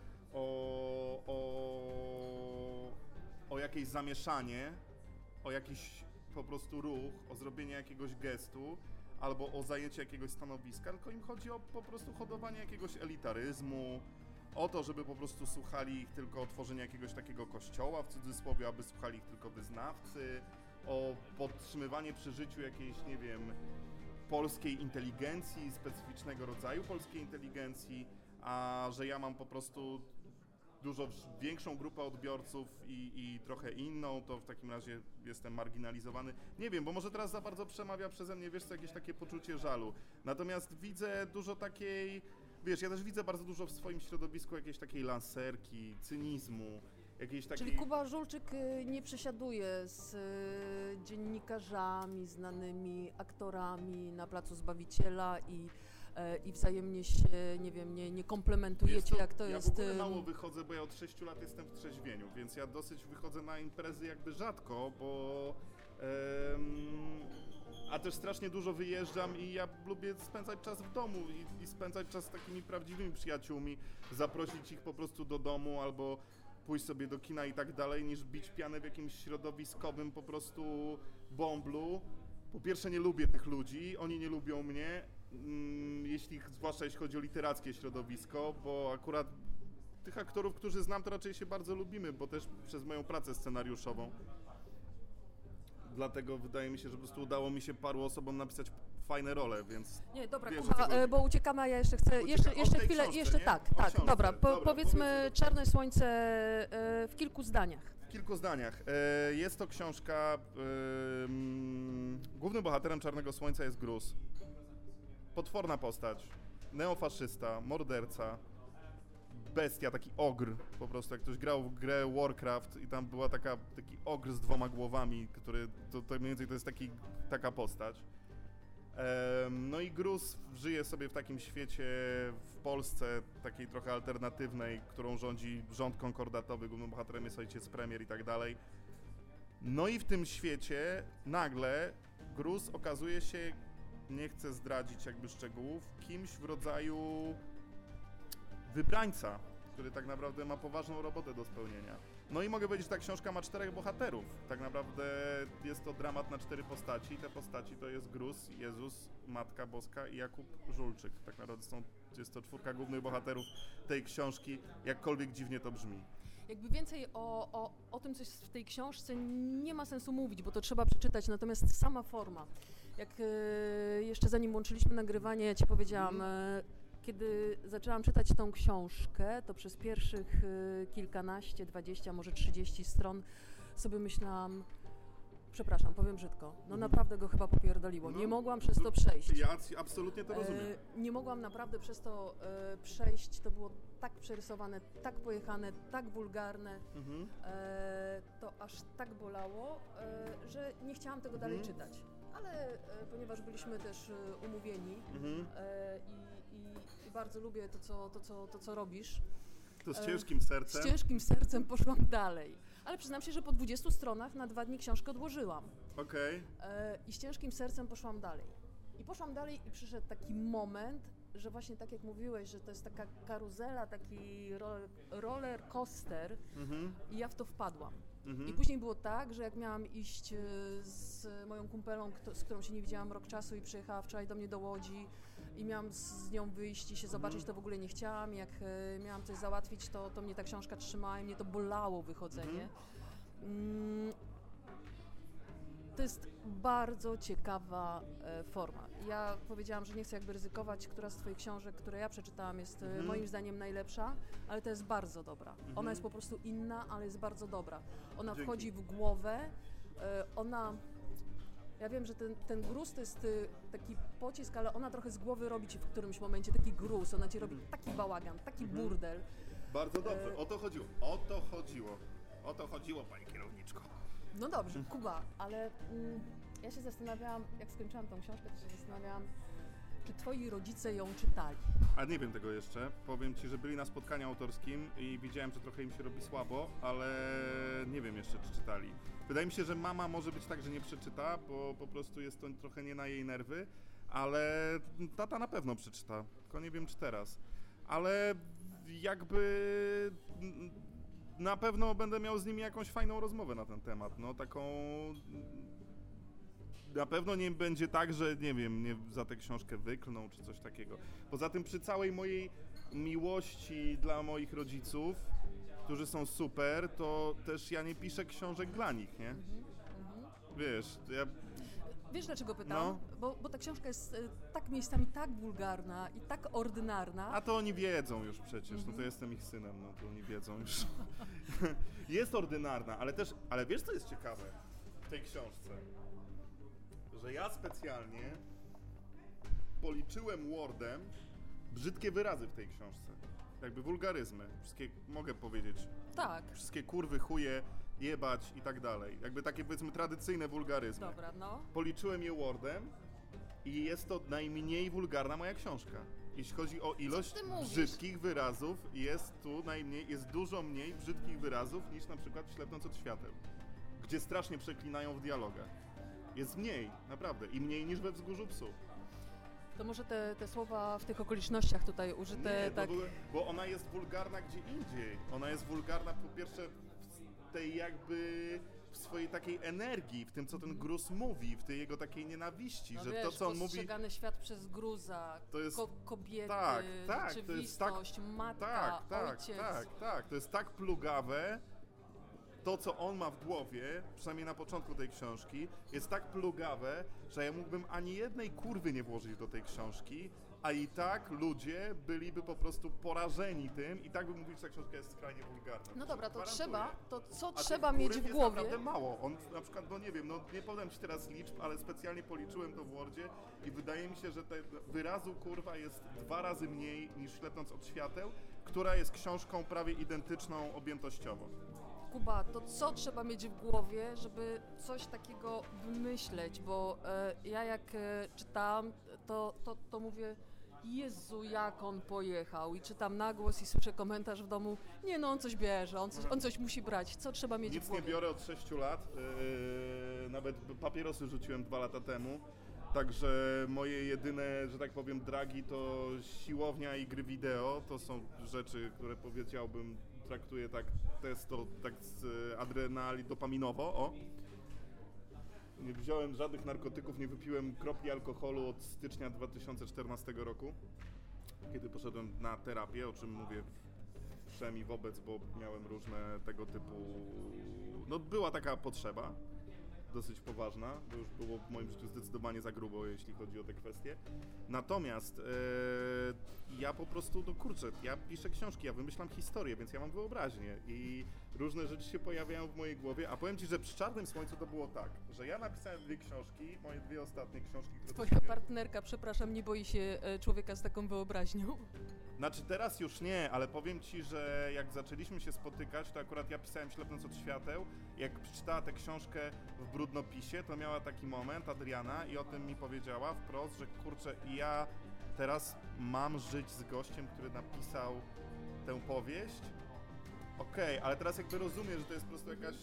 o jakieś zamieszanie, o jakiś po prostu ruch, o zrobienie jakiegoś gestu, albo o zajęcie jakiegoś stanowiska, tylko im chodzi o po prostu hodowanie jakiegoś elitaryzmu, o to, żeby po prostu słuchali ich tylko o tworzenie jakiegoś takiego kościoła, w cudzysłowie, aby słuchali ich tylko wyznawcy, o podtrzymywanie przy życiu jakiejś, nie wiem, polskiej inteligencji, specyficznego rodzaju polskiej inteligencji, a że ja mam po prostu dużo większą grupę odbiorców i trochę inną, to w takim razie jestem marginalizowany. Nie wiem, bo może teraz za bardzo przemawia przeze mnie, wiesz co, jakieś takie poczucie żalu. Natomiast widzę dużo takiej, wiesz, ja też widzę bardzo dużo w swoim środowisku jakiejś takiej lancerki, cynizmu, jakiejś takiej... Czyli Kuba Żulczyk nie przesiaduje z dziennikarzami, znanymi aktorami na Placu Zbawiciela i wzajemnie się, nie wiem, nie komplementujecie, jak to jest... Ja w ogóle mało wychodzę, bo ja od 6 lat jestem w trzeźwieniu, więc ja dosyć wychodzę na imprezy jakby rzadko, bo... a też strasznie dużo wyjeżdżam i ja lubię spędzać czas w domu i spędzać czas z takimi prawdziwymi przyjaciółmi, zaprosić ich po prostu do domu albo pójść sobie do kina i tak dalej, niż bić pianę w jakimś środowiskowym po prostu bąblu. Po pierwsze nie lubię tych ludzi, oni nie lubią mnie, zwłaszcza jeśli chodzi o literackie środowisko, bo akurat tych aktorów, którzy znam, to raczej się bardzo lubimy, bo też przez moją pracę scenariuszową. Dlatego wydaje mi się, że po prostu udało mi się paru osobom napisać fajne role, więc... Nie, dobra, wiesz, Kuba, bo uciekamy, a ja jeszcze chcę, jeszcze chwilę, książce, jeszcze nie? tak, Książce. dobra, Dobra, powiedzmy Czarne Słońce w kilku zdaniach. W kilku zdaniach. Jest to książka, głównym bohaterem Czarnego Słońca jest Gruz. Potworna postać, neofaszysta, morderca, bestia, taki ogr, po prostu jak ktoś grał w grę Warcraft i tam była taki ogr z 2 głowami, który, to mniej więcej to jest taka postać. No i Gruz żyje sobie w takim świecie w Polsce, takiej trochę alternatywnej, którą rządzi rząd konkordatowy, głównym bohaterem jest ojciec premier i tak dalej. No i w tym świecie nagle Gruz okazuje się, nie chcę zdradzić jakby szczegółów, kimś w rodzaju wybrańca, który tak naprawdę ma poważną robotę do spełnienia. No i mogę powiedzieć, że ta książka ma 4 bohaterów. Tak naprawdę jest to dramat na 4 postaci i te postaci to jest Gruz, Jezus, Matka Boska i Jakub Żulczyk. Tak naprawdę jest to 4 głównych bohaterów tej książki, jakkolwiek dziwnie to brzmi. Jakby więcej o tym, co jest w tej książce, nie ma sensu mówić, bo to trzeba przeczytać, natomiast sama forma. Jak jeszcze zanim łączyliśmy nagrywanie, ja ci powiedziałam, kiedy zaczęłam czytać tą książkę, to przez pierwszych kilkanaście, 20, może 30 stron sobie myślałam, przepraszam, powiem brzydko, no naprawdę go chyba popierdoliło. Nie mogłam przez to przejść. Ja absolutnie to rozumiem. Nie mogłam naprawdę przez to przejść, to było tak przerysowane, tak pojechane, tak wulgarne, to aż tak bolało, że nie chciałam tego dalej czytać. Ale ponieważ byliśmy też umówieni i bardzo lubię to, co robisz. To z ciężkim sercem. Z ciężkim sercem poszłam dalej. Ale przyznam się, że po 20 stronach na 2 dni książkę odłożyłam. Okej. I z ciężkim sercem poszłam dalej. I przyszedł taki moment, że właśnie tak jak mówiłeś, że to jest taka karuzela, taki roller coaster i ja w to wpadłam. I później było tak, że jak miałam iść z moją kumpelą, z którą się nie widziałam rok czasu i przyjechała wczoraj do mnie do Łodzi i miałam z nią wyjść i się zobaczyć, to w ogóle nie chciałam. Jak miałam coś załatwić, to mnie ta książka trzymała i mnie to bolało wychodzenie. To jest bardzo ciekawa forma. Ja powiedziałam, że nie chcę jakby ryzykować, która z twoich książek, które ja przeczytałam, jest moim zdaniem najlepsza, ale to jest bardzo dobra. Ona jest po prostu inna, ale jest bardzo dobra. Ona wchodzi w głowę, ja wiem, że ten gruz to jest taki pocisk, ale ona trochę z głowy robi ci w którymś momencie taki gruz, ona ci robi taki bałagan, taki burdel. Bardzo dobrze, o to chodziło. O to chodziło, pani kierowniczko. No dobrze, Kuba, ale Ja się zastanawiałam, jak skończyłam tą książkę, to się zastanawiałam, czy twoi rodzice ją czytali? A nie wiem tego jeszcze. Powiem ci, że byli na spotkaniu autorskim i widziałem, że trochę im się robi słabo, ale nie wiem jeszcze, czy czytali. Wydaje mi się, że mama może być tak, że nie przeczyta, bo po prostu jest to trochę nie na jej nerwy, ale tata na pewno przeczyta, tylko nie wiem, czy teraz. Ale jakby na pewno będę miał z nimi jakąś fajną rozmowę na ten temat, no taką... Na pewno nie będzie tak, że nie wiem, nie za tę książkę wyklną czy coś takiego. Poza tym przy całej mojej miłości dla moich rodziców, którzy są super, to też ja nie piszę książek dla nich, nie? Wiesz, ja... Wiesz, dlaczego pytam? No. Bo ta książka jest tak miejscami tak wulgarna i tak ordynarna. A to oni wiedzą już przecież, no to jestem ich synem, no to oni wiedzą już. Jest ordynarna, ale wiesz co jest ciekawe w tej książce? Że ja specjalnie policzyłem Wordem brzydkie wyrazy w tej książce. Jakby wulgaryzmy. Wszystkie, mogę powiedzieć, Tak. wszystkie kurwy, chuje, jebać i tak dalej. Jakby takie powiedzmy tradycyjne wulgaryzmy. Dobra, no. Policzyłem je Wordem i jest to najmniej wulgarna moja książka. Jeśli chodzi o ilość brzydkich wyrazów, jest dużo mniej brzydkich wyrazów niż na przykład w Ślepnąc od świateł, gdzie strasznie przeklinają w dialogach. Jest mniej, naprawdę. I mniej niż we Wzgórzu Psów. To może te słowa w tych okolicznościach tutaj użyte Nie, tak... bo ona jest wulgarna gdzie indziej. Ona jest wulgarna po pierwsze w tej jakby... w swojej takiej energii, w tym co ten gruz mówi, w tej jego takiej nienawiści, No że wiesz, to co on mówi... postrzegany świat przez gruza, to jest, kobiety, tak, rzeczywistość, to jest tak, matka, ojciec. Tak, to jest tak plugawe, to co on ma w głowie, przynajmniej na początku tej książki, jest tak plugawe, że ja mógłbym ani jednej kurwy nie włożyć do tej książki, a i tak ludzie byliby po prostu porażeni tym i tak by mówić, że ta książka jest skrajnie wulgarna. No dobra, to co A trzeba tych mieć kurw w jest głowie? naprawdę mało. On na przykład, no nie wiem, no nie podam ci teraz liczb, ale specjalnie policzyłem to w Wordzie i wydaje mi się, że wyrazu kurwa jest 2 razy mniej niż Ślepnąc od świateł, która jest książką prawie identyczną objętościowo. Kuba, to co trzeba mieć w głowie, żeby coś takiego wymyśleć, bo ja jak czytałam, to mówię, Jezu, jak on pojechał i czytam na głos i słyszę komentarz w domu, nie no, on coś bierze, on coś musi brać, co trzeba mieć w głowie? Nic nie biorę od 6 lat, nawet papierosy rzuciłem 2 lata temu, także moje jedyne, że tak powiem, dragi to siłownia i gry wideo, to są rzeczy, które powiedziałbym, traktuję tak testo, tak z adrenalin dopaminowo, o. Nie wziąłem żadnych narkotyków, nie wypiłem kropli alkoholu od stycznia 2014 roku, kiedy poszedłem na terapię, o czym mówię wszem i wobec, bo miałem różne tego typu... No była taka potrzeba, dosyć poważna, bo już było w moim życiu zdecydowanie za grubo, jeśli chodzi o te kwestie. Natomiast ja po prostu, no kurczę, ja piszę książki, ja wymyślam historię, więc ja mam wyobraźnię i różne rzeczy się pojawiają w mojej głowie, a powiem ci, że przy Czarnym Słońcu to było tak, że ja napisałem 2 książki, moje 2 ostatnie książki, które... Twoja partnerka, przepraszam, nie boi się człowieka z taką wyobraźnią? Znaczy teraz już nie, ale powiem ci, że jak zaczęliśmy się spotykać, to akurat ja pisałem Ślepnąc od świateł. Jak przeczytała tę książkę w brudnopisie, to miała taki moment, Adriana, i o tym mi powiedziała wprost, że kurczę, ja teraz mam żyć z gościem, który napisał tę powieść. Okej, ale teraz jakby rozumiem, że to jest po prostu jakaś,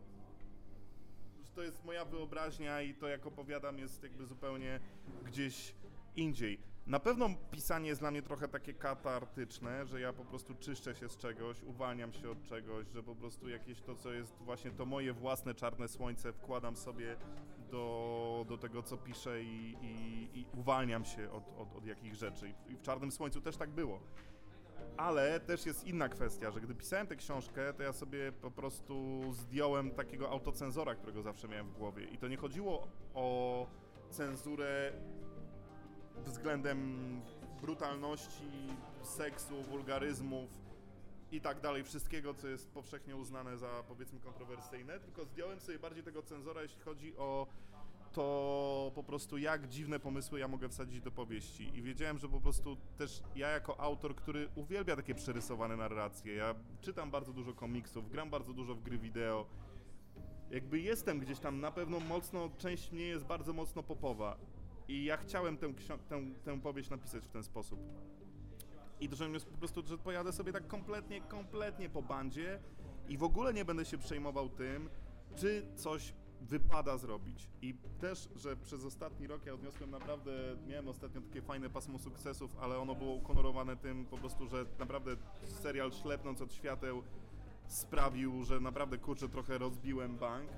że to jest moja wyobraźnia i to jak opowiadam jest jakby zupełnie gdzieś indziej. Na pewno pisanie jest dla mnie trochę takie katartyczne, że ja po prostu czyszczę się z czegoś, uwalniam się od czegoś, że po prostu jakieś to, co jest właśnie to moje własne czarne słońce, wkładam sobie do tego, co piszę i uwalniam się od jakichś rzeczy. I w Czarnym Słońcu też tak było. Ale też jest inna kwestia, że gdy pisałem tę książkę, to ja sobie po prostu zdjąłem takiego autocenzora, którego zawsze miałem w głowie. I to nie chodziło o cenzurę względem brutalności, seksu, wulgaryzmów i tak dalej, wszystkiego, co jest powszechnie uznane za, powiedzmy, kontrowersyjne, tylko zdjąłem sobie bardziej tego cenzora, jeśli chodzi o to po prostu jak dziwne pomysły ja mogę wsadzić do powieści. I wiedziałem, że po prostu też ja jako autor, który uwielbia takie przerysowane narracje, ja czytam bardzo dużo komiksów, gram bardzo dużo w gry wideo, jakby jestem gdzieś tam, na pewno mocno, część mnie jest bardzo mocno popowa i ja chciałem tę powieść napisać w ten sposób. I doszedłem jest po prostu, że pojadę sobie tak kompletnie po bandzie i w ogóle nie będę się przejmował tym, czy coś wypada zrobić. I też, że przez ostatni rok ja odniosłem naprawdę, miałem ostatnio takie fajne pasmo sukcesów, ale ono było ukonorowane tym po prostu, że naprawdę serial Ślepnąc od świateł sprawił, że naprawdę kurczę trochę rozbiłem bank.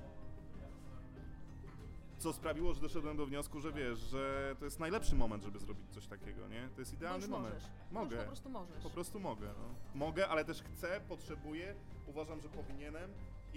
Co sprawiło, że doszedłem do wniosku, że wiesz, że to jest najlepszy moment, żeby zrobić coś takiego, nie? To jest idealny moment. Mogę. Po prostu możesz. Po prostu mogę, no. Mogę, ale też chcę, potrzebuję, uważam, że powinienem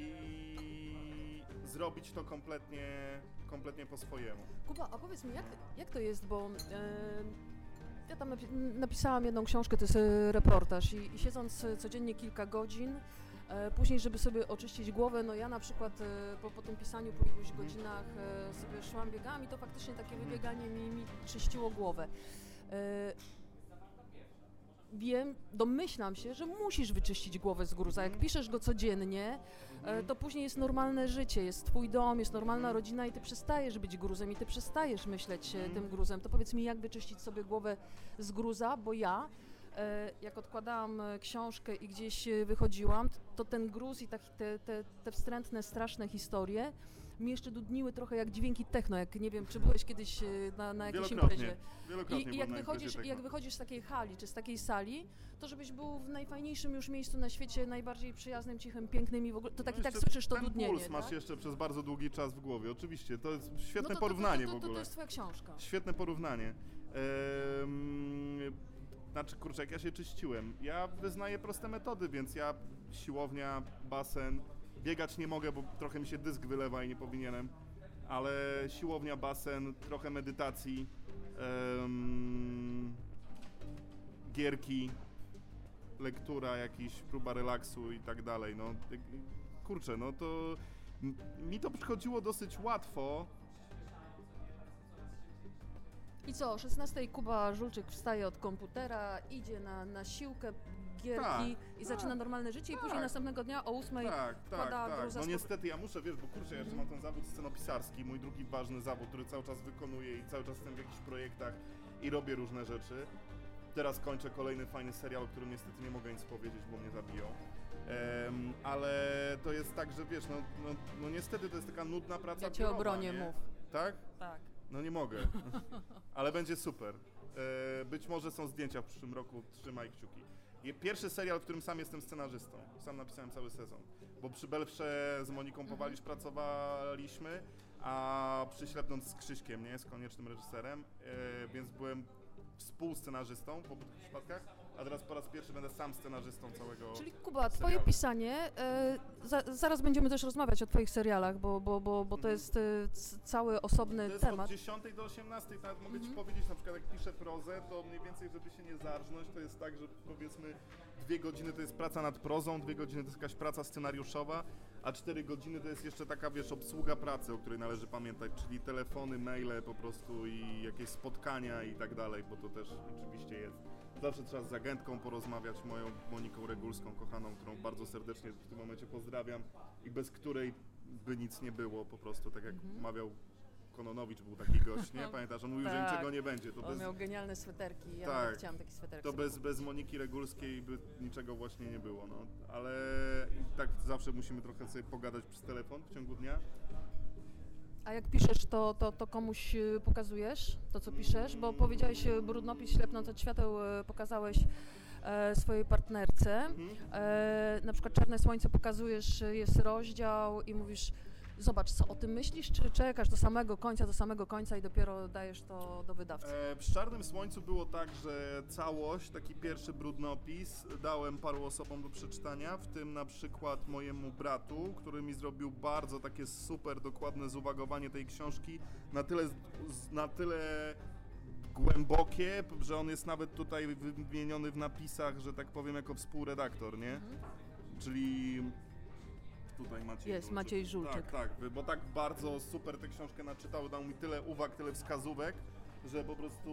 i zrobić to kompletnie po swojemu. Kuba, a powiedz mi, jak to jest, bo ja tam napisałam jedną książkę, to jest reportaż i siedząc codziennie kilka godzin, później, żeby sobie oczyścić głowę, no ja na przykład po tym pisaniu, po iluś godzinach sobie szłam, biegałam i to faktycznie takie wybieganie mi czyściło głowę. Wiem, domyślam się, że musisz wyczyścić głowę z gruza. Jak piszesz go codziennie, to później jest normalne życie, jest twój dom, jest normalna rodzina i ty przestajesz być gruzem i ty przestajesz myśleć tym gruzem. To powiedz mi, jak wyczyścić sobie głowę z gruza, bo ja, jak odkładałam książkę i gdzieś wychodziłam, to ten gruz i te wstrętne, straszne historie mi jeszcze dudniły trochę jak dźwięki techno, jak nie wiem, czy byłeś kiedyś na jakiejś imprezie. Wielokrotnie I jak wychodzisz z takiej hali, czy z takiej sali, to żebyś był w najfajniejszym już miejscu na świecie, najbardziej przyjaznym, cichym, pięknym i w ogóle, to tak i tak słyszysz to dudnienie, puls masz jeszcze przez bardzo długi czas w głowie, oczywiście, to jest świetne no porównanie w ogóle. To jest twoja książka. Świetne porównanie. Znaczy, kurczę, jak ja się czyściłem, ja wyznaję proste metody, więc ja siłownia, basen, biegać nie mogę, bo trochę mi się dysk wylewa i nie powinienem, ale siłownia, basen, trochę medytacji, gierki, lektura, jakiś próba relaksu i tak dalej, no kurczę, no to mi to przychodziło dosyć łatwo. I co, o 16:00 Kuba Żulczyk wstaje od komputera, idzie na siłkę, gierki i zaczyna normalne życie i później następnego dnia o 8:00 wkłada gruza. No niestety ja muszę, wiesz, bo kurczę, ja jeszcze mam ten zawód scenopisarski, mój drugi ważny zawód, który cały czas wykonuję i cały czas jestem w jakichś projektach i robię różne rzeczy. Teraz kończę kolejny fajny serial, o którym niestety nie mogę nic powiedzieć, bo mnie zabiją. Ale to jest tak, że wiesz, no niestety to jest taka nudna praca. Ja cię obronię, mów. Tak? Tak. No nie mogę, ale będzie super. Być może są zdjęcia w przyszłym roku, trzymaj kciuki. Pierwszy serial, w którym sam jestem scenarzystą. Sam napisałem cały sezon. Bo przy Belfrze z Moniką Powalisz pracowaliśmy, a przy Ślepnąc z Krzyśkiem, nie? Z koniecznym reżyserem, więc byłem współscenarzystą w obu tych przypadkach, a teraz po raz pierwszy będę sam scenarzystą całego. Czyli Kuba, twoje pisanie, zaraz będziemy też rozmawiać o twoich serialach, bo to jest cały osobny temat. To jest temat. od 10 do 18, nawet mogę ci powiedzieć, na przykład jak piszę prozę, to mniej więcej, żeby się nie zarżnąć, to jest tak, że powiedzmy 2 godziny to jest praca nad prozą, 2 godziny to jest jakaś praca scenariuszowa, a 4 godziny to jest jeszcze taka, wiesz, obsługa pracy, o której należy pamiętać, czyli telefony, maile po prostu i jakieś spotkania i tak dalej, bo to też oczywiście jest. Zawsze trzeba z agentką porozmawiać, moją Moniką Regulską, kochaną, którą bardzo serdecznie w tym momencie pozdrawiam i bez której by nic nie było po prostu, tak jak mawiał Kononowicz, był taki gość, nie? Pamiętasz, on mówił, że niczego nie będzie. On miał genialne sweterki, ja tak, chciałam taki sweterek. To bez Moniki Regulskiej by niczego właśnie nie było, no. Ale tak zawsze musimy trochę sobie pogadać przez telefon w ciągu dnia. A jak piszesz, to komuś pokazujesz to, co piszesz? Bo powiedziałeś brudnopis Ślepnąc od świateł, pokazałeś swojej partnerce. Na przykład Czarne słońce pokazujesz, jest rozdział i mówisz, zobacz, co o tym myślisz, czy czekasz do samego końca i dopiero dajesz to do wydawcy? W Czarnym słońcu było tak, że całość, taki pierwszy brudnopis dałem paru osobom do przeczytania, w tym na przykład mojemu bratu, który mi zrobił bardzo takie super dokładne zuwagowanie tej książki, na tyle głębokie, że on jest nawet tutaj wymieniony w napisach, że tak powiem, jako współredaktor, nie? Czyli tutaj Maciej jest, Żulczyk. Maciej Żulczyk. Tak, bo tak bardzo super tę książkę naczytał, dał mi tyle uwag, tyle wskazówek, że po prostu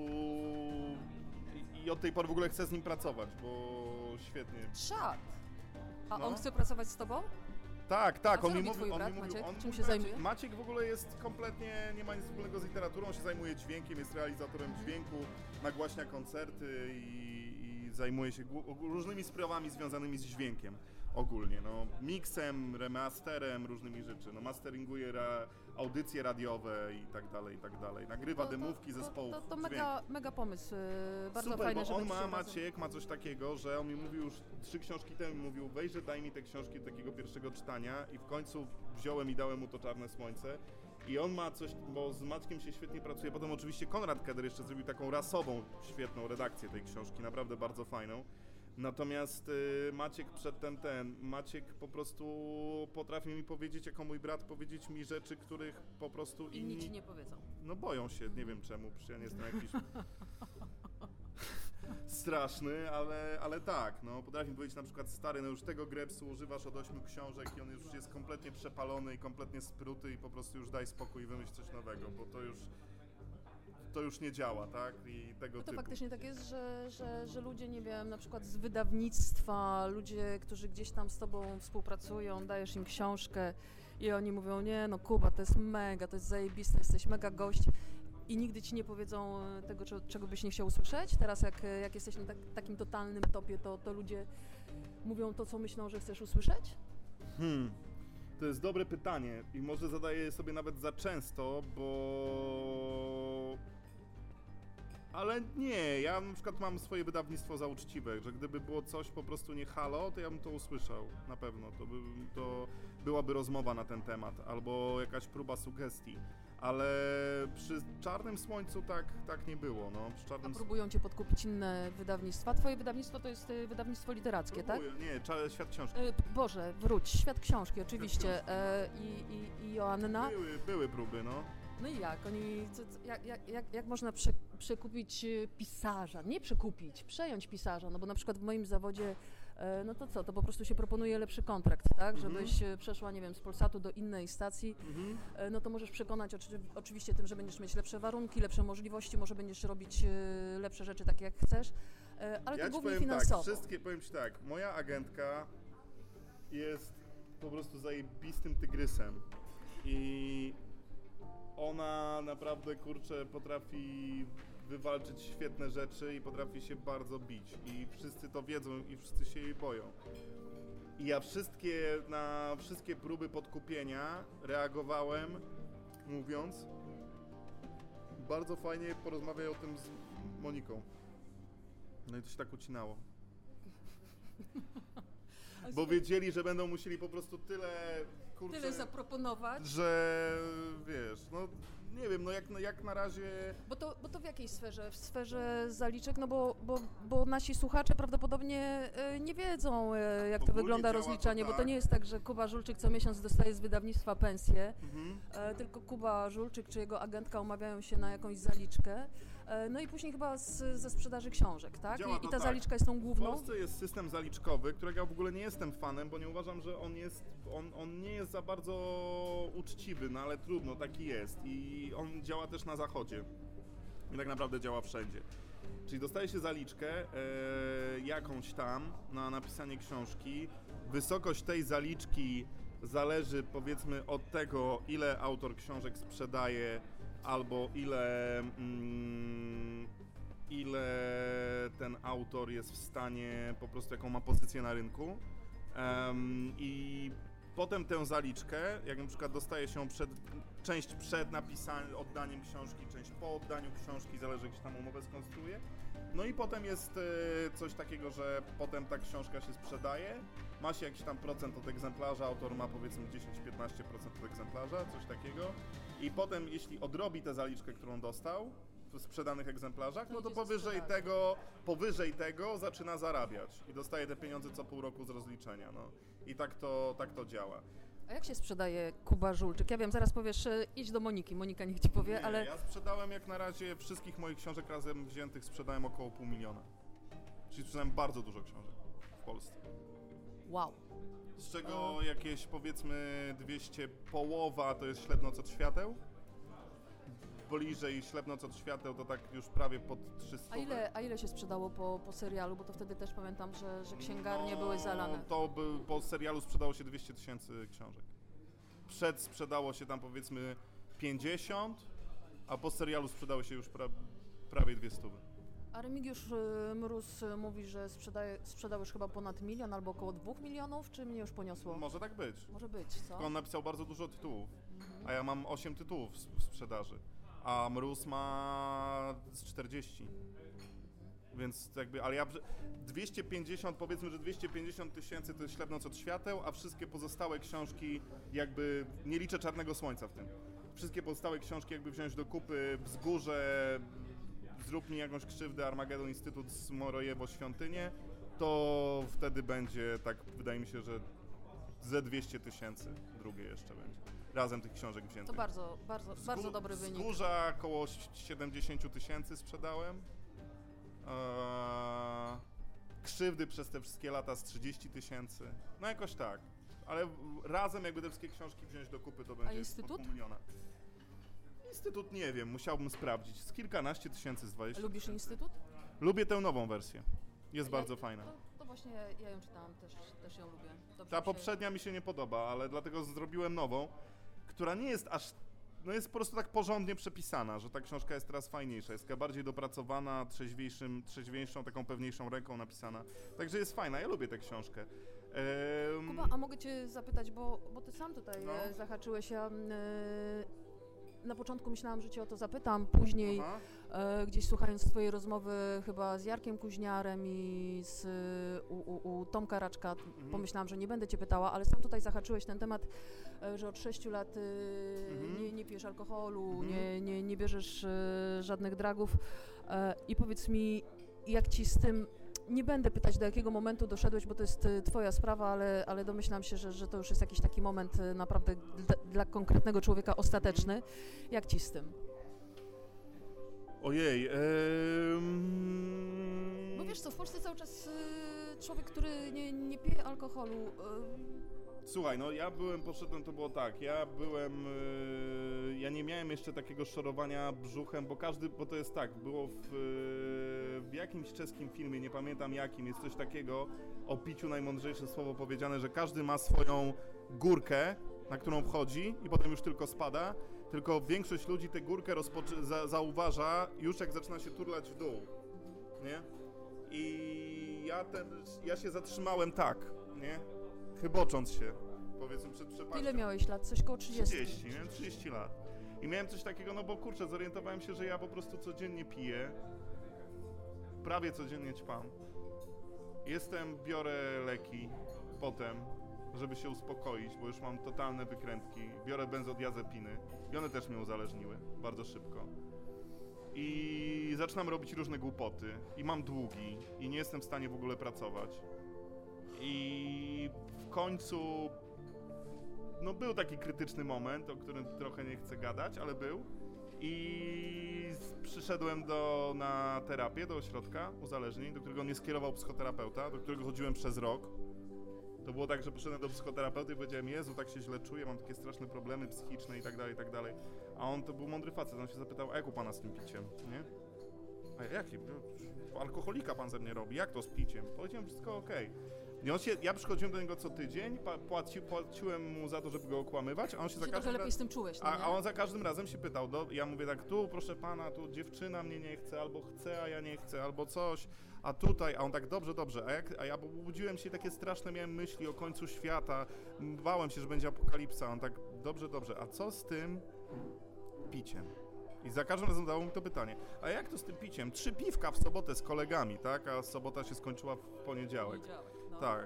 i od tej pory w ogóle chcę z nim pracować, bo świetnie. Czad! A No. on chce pracować z tobą? Tak, A co on mi robi twój brat, mówił, Maciek? on Czym się zajmuje? Maciek w ogóle jest kompletnie, nie ma nic wspólnego z literaturą, on się zajmuje dźwiękiem, jest realizatorem dźwięku, nagłaśnia koncerty i zajmuje się różnymi sprawami związanymi z dźwiękiem ogólnie, no, miksem, remasterem, różnymi rzeczy, no, masteringuje audycje radiowe i tak dalej, nagrywa demówki zespołów. To mega pomysł, bardzo super, fajne, bo żeby Maciek ma coś takiego, że on mi mówił już 3 książki temu, mówił weź, że daj mi te książki do takiego pierwszego czytania i w końcu wziąłem i dałem mu to Czarne Słońce i on ma coś, bo z Maćkiem się świetnie pracuje, potem oczywiście Konrad Keder jeszcze zrobił taką rasową, świetną redakcję tej książki, naprawdę bardzo fajną. Natomiast Maciek Maciek po prostu potrafi mi powiedzieć, jako mój brat, powiedzieć mi rzeczy, których po prostu inni ci nie powiedzą. No boją się, nie wiem czemu, przecież ja nie jestem jakiś straszny, ale tak, no potrafi mi powiedzieć na przykład stary, no już tego grepsu używasz od 8 książek i on już jest kompletnie przepalony i kompletnie spruty i po prostu już daj spokój i wymyśl coś nowego, bo to już nie działa, tak? I tego typu. To faktycznie tak jest, że ludzie, nie wiem, na przykład z wydawnictwa, ludzie, którzy gdzieś tam z tobą współpracują, dajesz im książkę i oni mówią, nie no Kuba, to jest mega, to jest zajebiste, jesteś mega gość i nigdy ci nie powiedzą tego, czego byś nie chciał usłyszeć. Teraz jak jesteś na takim totalnym topie, to ludzie mówią to, co myślą, że chcesz usłyszeć? To jest dobre pytanie i może zadaję je sobie nawet za często, ale nie, ja na przykład mam swoje wydawnictwo za uczciwe, że gdyby było coś po prostu nie halo, to ja bym to usłyszał, na pewno, to byłaby rozmowa na ten temat, albo jakaś próba sugestii, ale przy Czarnym Słońcu tak nie było, no. A próbują cię podkupić inne wydawnictwa? Twoje wydawnictwo to jest wydawnictwo literackie, tak? Nie, Świat Książki. Boże, wróć, Świat Książki, oczywiście. I Joanna? Były próby, no. No i jak? Jak można przekupić pisarza? Nie przekupić, przejąć pisarza, no bo na przykład w moim zawodzie, no to co, to po prostu się proponuje lepszy kontrakt, tak? Żebyś przeszła, nie wiem, z Polsatu do innej stacji, no to możesz przekonać oczywiście tym, że będziesz mieć lepsze warunki, lepsze możliwości, może będziesz robić lepsze rzeczy takie jak chcesz, ale ja to głównie powiem finansowo. Powiem ci tak, moja agentka jest po prostu zajebistym tygrysem i ona naprawdę, kurczę, potrafi wywalczyć świetne rzeczy i potrafi się bardzo bić i wszyscy to wiedzą i wszyscy się jej boją. I ja na wszystkie próby podkupienia reagowałem mówiąc bardzo fajnie porozmawiaj o tym z Moniką. No i to się tak ucinało. Bo wiedzieli, że będą musieli po prostu tyle zaproponować, że wiesz, no nie wiem, no jak na razie... Bo to w jakiej sferze? W sferze zaliczek? No bo nasi słuchacze prawdopodobnie nie wiedzą, jak to wygląda rozliczanie, bo to nie jest tak, że Kuba Żulczyk co miesiąc dostaje z wydawnictwa pensję, tylko Kuba Żulczyk czy jego agentka umawiają się na jakąś zaliczkę, no i później chyba ze sprzedaży książek, tak? I ta zaliczka jest tą główną? W Polsce jest system zaliczkowy, którego ja w ogóle nie jestem fanem, bo nie uważam, że on nie jest za bardzo uczciwy, no ale trudno, taki jest i on działa też na zachodzie i tak naprawdę działa wszędzie. Czyli dostaje się zaliczkę jakąś tam na napisanie książki, wysokość tej zaliczki zależy powiedzmy od tego, ile autor książek sprzedaje albo ile ten autor jest w stanie, po prostu jaką ma pozycję na rynku i potem tę zaliczkę, jak na przykład dostaje się część przed oddaniem książki, część po oddaniu książki, zależy jak się tam umowę skonstruuje. No i potem jest coś takiego, że potem ta książka się sprzedaje, ma się jakiś tam procent od egzemplarza, autor ma powiedzmy 10-15% od egzemplarza, coś takiego. I potem jeśli odrobi tę zaliczkę, którą dostał w sprzedanych egzemplarzach, no to powyżej tego zaczyna zarabiać i dostaje te pieniądze co pół roku z rozliczenia. No. I tak to działa. A jak się sprzedaje Kuba Żulczyk? Ja wiem, zaraz powiesz, idź do Moniki, Monika niech ci powie, ale... Ja sprzedałem jak na razie wszystkich moich książek razem wziętych, sprzedałem około 500 000. Czyli sprzedałem bardzo dużo książek w Polsce. Wow. Z czego jakieś powiedzmy 200, połowa to jest Ślepnoc od świateł. bliżej Ślepnąc od świateł, to tak już prawie pod 300. A ile się sprzedało po serialu? Bo to wtedy też pamiętam, że księgarnie były zalane. Po serialu sprzedało się 200 000 książek. Sprzedało się tam powiedzmy 50, a po serialu sprzedało się już prawie 200. A Remigiusz Mróz mówi, że sprzedał już chyba ponad 1 milion albo około 2 milionów, czy mnie już poniosło? Może tak być. Może być, co? Tylko on napisał bardzo dużo tytułów, a ja mam 8 tytułów w sprzedaży, a Mróz ma z 40. Więc jakby, ale ja 250, powiedzmy, że 250 000 to jest Ślepnąc od świateł, a wszystkie pozostałe książki jakby, nie liczę Czarnego Słońca w tym. Wszystkie pozostałe książki jakby wziąć do kupy, Wzgórze, Zrób mi jakąś krzywdę, Armagedon, Instytut, Smorojewo, Świątynię, to wtedy będzie tak, wydaje mi się, że ze 200 000 drugie jeszcze będzie. Razem tych książek wziętych. To bardzo dobry wynik. Wzgórza około 70 000 sprzedałem. Krzywdy przez te wszystkie lata z 30 000. No jakoś tak. Ale razem jakby te wszystkie książki wziąć do kupy, to będzie Instytut? pół miliona. Instytut nie wiem, musiałbym sprawdzić. Z kilkanaście tysięcy, z 20. Lubisz Instytut? Lubię tę nową wersję. Jest bardzo fajna. To właśnie ja ją czytałam, też ją lubię. Dobrze Ta poprzednia mi się nie podoba, ale dlatego zrobiłem nową, która nie jest aż... No jest po prostu tak porządnie przepisana, że ta książka jest teraz fajniejsza, jest taka bardziej dopracowana, trzeźwiejszą, taką pewniejszą ręką napisana. Także jest fajna, ja lubię tę książkę. Kuba, a mogę cię zapytać, bo ty sam tutaj zahaczyłeś, ja na początku myślałam, że cię o to zapytam, później gdzieś słuchając twojej rozmowy chyba z Jarkiem Kuźniarem i u Tomka Raczka, pomyślałam, że nie będę cię pytała, ale sam tutaj zahaczyłeś ten temat, że od 6 lat nie pijesz alkoholu, nie bierzesz żadnych dragów i powiedz mi, jak ci z tym, nie będę pytać, do jakiego momentu doszedłeś, bo to jest twoja sprawa, ale domyślam się, że to już jest jakiś taki moment naprawdę dla konkretnego człowieka ostateczny. Jak ci z tym? Ojej, Bo wiesz co, w Polsce cały czas człowiek, który nie pije alkoholu... Słuchaj, no ja poszedłem, to było tak, ja nie miałem jeszcze takiego szorowania brzuchem, bo to jest tak, było w jakimś czeskim filmie, nie pamiętam jakim, jest coś takiego, o piciu najmądrzejsze słowo powiedziane, że każdy ma swoją górkę, na którą wchodzi i potem już tylko spada, tylko większość ludzi tę górkę zauważa już jak zaczyna się turlać w dół, nie? I ja się zatrzymałem tak, nie? Chybocząc się, powiedzmy przed przepaścią. Ile miałeś lat? Coś koło 30? 30, nie? 30 lat. I miałem coś takiego, no bo kurczę, zorientowałem się, że ja po prostu codziennie piję, prawie codziennie ćpam. Biorę leki potem, żeby się uspokoić, bo już mam totalne wykrętki. Biorę benzodiazepiny i one też mnie uzależniły bardzo szybko. I zaczynam robić różne głupoty i mam długi i nie jestem w stanie w ogóle pracować. I w końcu, no był taki krytyczny moment, o którym trochę nie chcę gadać, ale był. I przyszedłem na terapię, do ośrodka uzależnień, do którego mnie skierował psychoterapeuta, do którego chodziłem przez rok. To było tak, że poszedłem do psychoterapeuty i powiedziałem: Jezu, tak się źle czuję, mam takie straszne problemy psychiczne i tak dalej, i tak dalej. A on to był mądry facet, on się zapytał: a jak u pana z tym piciem, nie? A ja, jaki? Alkoholika pan ze mnie robi, jak to z piciem? Powiedziałem: wszystko okej. Ja przychodziłem do niego co tydzień, płaciłem mu za to, żeby go okłamywać, a on się za każdym lepiej z tym czułeś, no a on za każdym razem się pytał, ja mówię tak: tu proszę pana, tu dziewczyna mnie nie chce, albo chce, a ja nie chcę, albo coś, a tutaj, a on tak: dobrze, a ja budziłem się, takie straszne miałem myśli o końcu świata, bałem się, że będzie apokalipsa, a on tak: dobrze, a co z tym piciem? I za każdym razem dało mi to pytanie: a jak to z tym piciem? 3 piwka w sobotę z kolegami, tak? A sobota się skończyła w poniedziałek. No. Tak,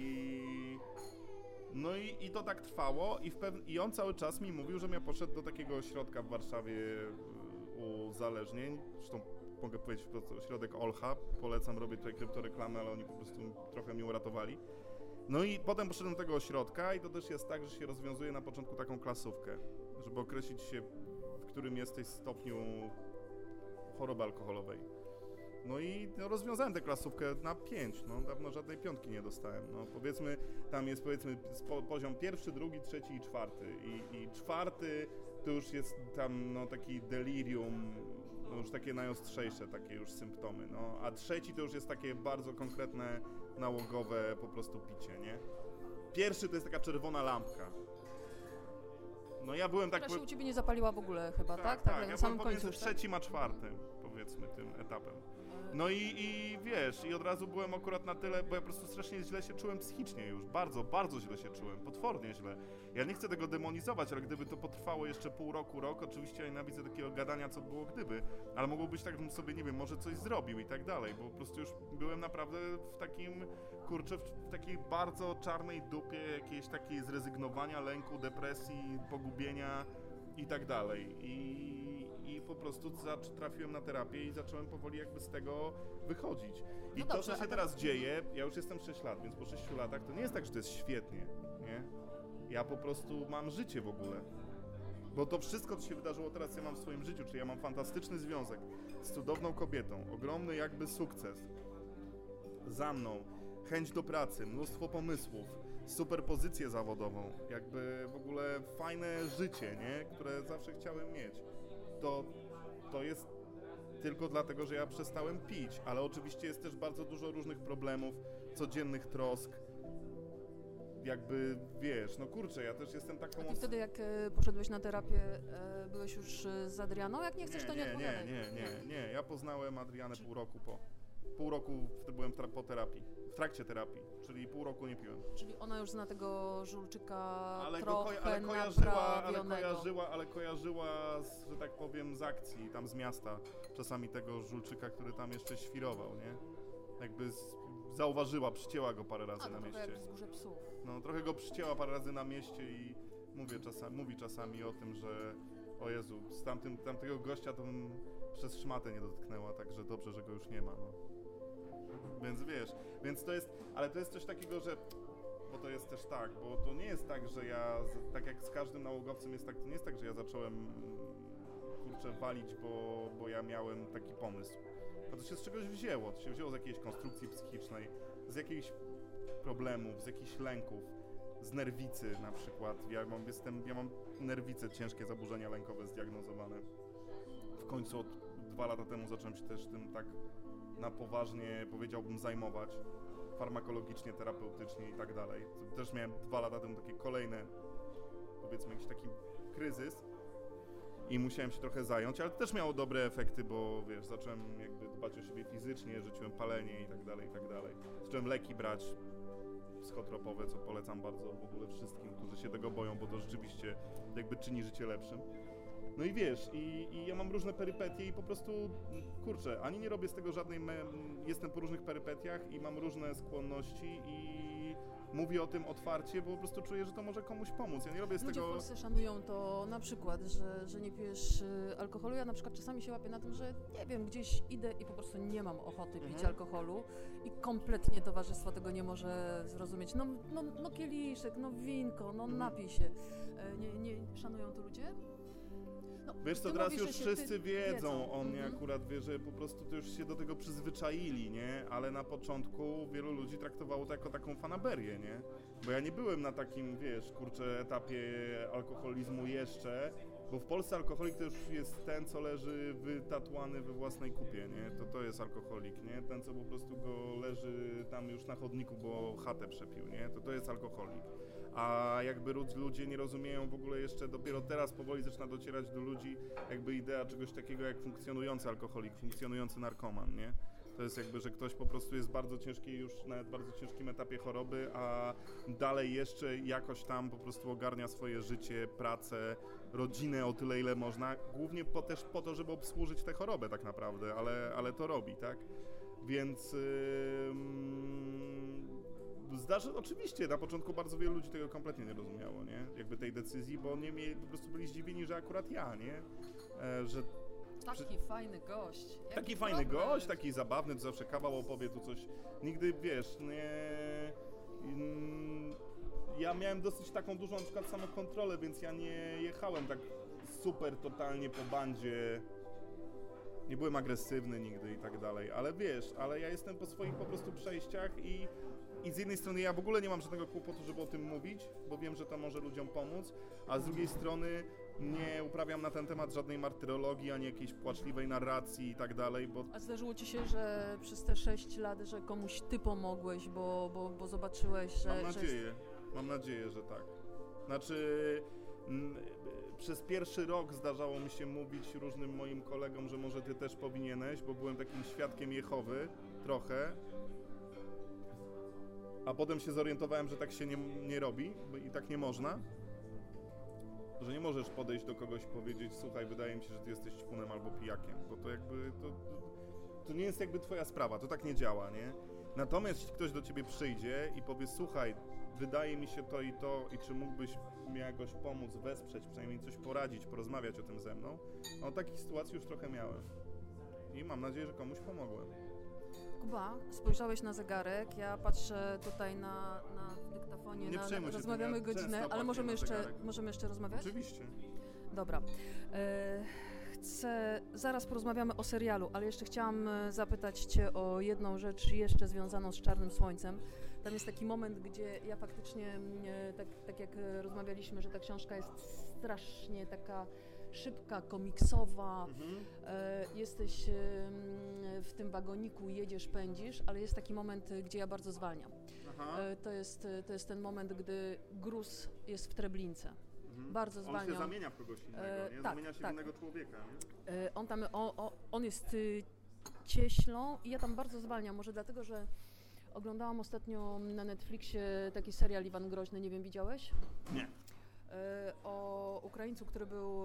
i to tak trwało i on cały czas mi mówił, że ja poszedł do takiego ośrodka w Warszawie uzależnień, zresztą mogę powiedzieć po prostu ośrodek Olcha, polecam, robię tutaj kryptoreklamy, ale oni po prostu trochę mnie uratowali. No i potem poszedłem do tego ośrodka i to też jest tak, że się rozwiązuje na początku taką klasówkę, żeby określić się, w którym jesteś stopniu choroby alkoholowej. No i rozwiązałem tę klasówkę na 5, dawno żadnej 5 nie dostałem. Tam jest poziom 1., 2., 3. i 4. I 4. to już jest tam no taki delirium, no już takie najostrzejsze takie już symptomy, no. A trzeci to już jest takie bardzo konkretne, nałogowe po prostu picie, nie? Pierwszy to jest taka czerwona lampka. No ja byłem tak... Która się u Ciebie nie zapaliła w ogóle chyba, tak? Tak, na ja samym byłem końcu pomiędzy już, trzecim a czwartym, powiedzmy, tym etapem. No i wiesz, i od razu byłem akurat na tyle, bo ja po prostu strasznie źle się czułem psychicznie już, bardzo, bardzo źle się czułem, potwornie źle. Ja nie chcę tego demonizować, ale gdyby to potrwało jeszcze pół roku, rok, oczywiście ja nienawidzę takiego gadania, co było gdyby, ale mogło być tak, żebym sobie, nie wiem, może coś zrobił i tak dalej, bo po prostu już byłem naprawdę w takim, kurczę, w takiej bardzo czarnej dupie, jakiejś takiej zrezygnowania, lęku, depresji, pogubienia i tak dalej. I po prostu trafiłem na terapię i zacząłem powoli jakby z tego wychodzić. I No to, dobrze, co się teraz dzieje, ja już jestem 6 lat, więc po 6 latach to nie jest tak, że to jest świetnie, nie? Ja po prostu mam życie w ogóle. Bo to wszystko, co się wydarzyło teraz, ja mam w swoim życiu, czyli ja mam fantastyczny związek z cudowną kobietą, ogromny jakby sukces za mną, chęć do pracy, mnóstwo pomysłów, super pozycję zawodową, jakby w ogóle fajne życie, nie? Które zawsze chciałem mieć. To jest tylko dlatego, że ja przestałem pić, ale oczywiście jest też bardzo dużo różnych problemów, codziennych trosk, jakby, wiesz, no kurczę, ja też jestem taką... A ty wtedy jak poszedłeś na terapię, byłeś już z Adrianą? Jak nie chcesz, to nie odpowiadaj. Nie, ja poznałem Adrianę pół roku po. Pół roku byłem po terapii, w trakcie terapii, czyli pół roku nie piłem. Czyli ona już zna tego Żulczyka ale trochę kojarzyła, że tak powiem, z akcji, tam z miasta, czasami tego Żulczyka, który tam jeszcze świrował, nie? Jakby zauważyła, przycięła go parę razy na mieście. Jak wzgórze psów. No, trochę go przycięła parę razy na mieście i mówi czasami o tym, że o Jezu, z tamtego gościa to bym przez szmatę nie dotknęła, także dobrze, że go już nie ma, no. Więc wiesz, ale to jest coś takiego, że, bo to jest też tak, bo to nie jest tak, że ja, tak jak z każdym nałogowcem jest tak, to nie jest tak, że ja zacząłem, kurczę, walić, bo ja miałem taki pomysł. No to się z czegoś wzięło, to się wzięło z jakiejś konstrukcji psychicznej, z jakichś problemów, z jakichś lęków, z nerwicy na przykład. Ja mam nerwicę, ciężkie zaburzenia lękowe zdiagnozowane. W końcu od 2 lata temu zacząłem się też tym tak na poważnie, powiedziałbym, zajmować farmakologicznie, terapeutycznie i tak dalej. Też miałem 2 lata temu takie kolejne, powiedzmy, jakiś taki kryzys i musiałem się trochę zająć, ale to też miało dobre efekty, bo wiesz, zacząłem jakby dbać o siebie fizycznie, rzuciłem palenie i tak dalej, i tak dalej. Zacząłem leki brać psychotropowe, co polecam bardzo w ogóle wszystkim, którzy się tego boją, bo to rzeczywiście jakby czyni życie lepszym. No i wiesz, i ja mam różne perypetie i po prostu, kurczę, ani nie robię z tego żadnej, jestem po różnych perypetiach i mam różne skłonności i mówię o tym otwarcie, bo po prostu czuję, że to może komuś pomóc. Ja nie robię z Ludzie tego... w Polsce szanują to na przykład, że nie pijesz alkoholu. Ja na przykład czasami się łapię na tym, że nie wiem, gdzieś idę i po prostu nie mam ochoty pić alkoholu i kompletnie towarzystwo tego nie może zrozumieć. No kieliszek, no winko, no napij się. Nie szanują to ludzie? No, wiesz co, teraz już wszyscy wiedzą, on akurat wie, że po prostu to już się do tego przyzwyczaili, nie? Ale na początku wielu ludzi traktowało to jako taką fanaberię, nie? Bo ja nie byłem na takim, wiesz, kurczę, etapie alkoholizmu jeszcze, bo w Polsce alkoholik to już jest ten, co leży wytatuowany we własnej kupie, nie? To jest alkoholik, nie? Ten, co po prostu go leży tam już na chodniku, bo chatę przepił, nie? To jest alkoholik. A jakby ludzie nie rozumieją w ogóle jeszcze, dopiero teraz powoli zaczyna docierać do ludzi jakby idea czegoś takiego jak funkcjonujący alkoholik, funkcjonujący narkoman, nie? To jest jakby, że ktoś po prostu jest bardzo ciężkiej już, nawet bardzo ciężkim etapie choroby, a dalej jeszcze jakoś tam po prostu ogarnia swoje życie, pracę, rodzinę o tyle, ile można, głównie też po to, żeby obsłużyć tę chorobę tak naprawdę, ale to robi, tak? Więc... oczywiście, na początku bardzo wielu ludzi tego kompletnie nie rozumiało, nie? Jakby tej decyzji, bo po prostu byli zdziwieni, że akurat ja, nie? Że... Taki fajny gość. Taki fajny gość, taki zabawny, to zawsze kawał opowie, tu coś... Nigdy, wiesz, nie... Ja miałem dosyć taką dużą na przykład samokontrolę, więc ja nie jechałem tak super totalnie po bandzie. Nie byłem agresywny nigdy i tak dalej, ale wiesz, ale ja jestem po swoich po prostu przejściach i z jednej strony ja w ogóle nie mam żadnego kłopotu, żeby o tym mówić, bo wiem, że to może ludziom pomóc, a z drugiej strony nie uprawiam na ten temat żadnej martyrologii, ani jakiejś płaczliwej narracji i tak dalej, bo... A zdarzyło ci się, że przez te 6 lat, że komuś ty pomogłeś, bo zobaczyłeś, że... Mam nadzieję, że tak. Znaczy, przez pierwszy rok zdarzało mi się mówić różnym moim kolegom, że może ty też powinieneś, bo byłem takim świadkiem Jehowy trochę. A potem się zorientowałem, że tak się nie robi i tak nie można. Że nie możesz podejść do kogoś i powiedzieć: słuchaj, wydaje mi się, że ty jesteś ćpunem albo pijakiem, bo to jakby, to nie jest jakby twoja sprawa, to tak nie działa, nie? Natomiast jeśli ktoś do ciebie przyjdzie i powie: słuchaj, wydaje mi się to i czy mógłbyś mi jakoś pomóc, wesprzeć, przynajmniej coś poradzić, porozmawiać o tym ze mną, no takich sytuacji już trochę miałem. I mam nadzieję, że komuś pomogłem. Kuba, spojrzałeś na zegarek, ja patrzę tutaj na dyktafonie, rozmawiamy godzinę, ale możemy jeszcze rozmawiać? Oczywiście. Dobra. Zaraz porozmawiamy o serialu, ale jeszcze chciałam zapytać cię o jedną rzecz jeszcze związaną z Czarnym Słońcem. Tam jest taki moment, gdzie ja faktycznie, tak jak rozmawialiśmy, że ta książka jest strasznie taka szybka, komiksowa, jesteś w tym wagoniku, jedziesz, pędzisz, ale jest taki moment, gdzie ja bardzo zwalniam. To jest ten moment, gdy Gruz jest w Treblince. Bardzo zwalniam. On się zamienia w kogoś innego, nie? Zamienia się w innego człowieka, nie? On jest cieślą i ja tam bardzo zwalniam, może dlatego, że oglądałam ostatnio na Netflixie taki serial Iwan Groźny, nie wiem, widziałeś? Nie. O Ukraińcu, który był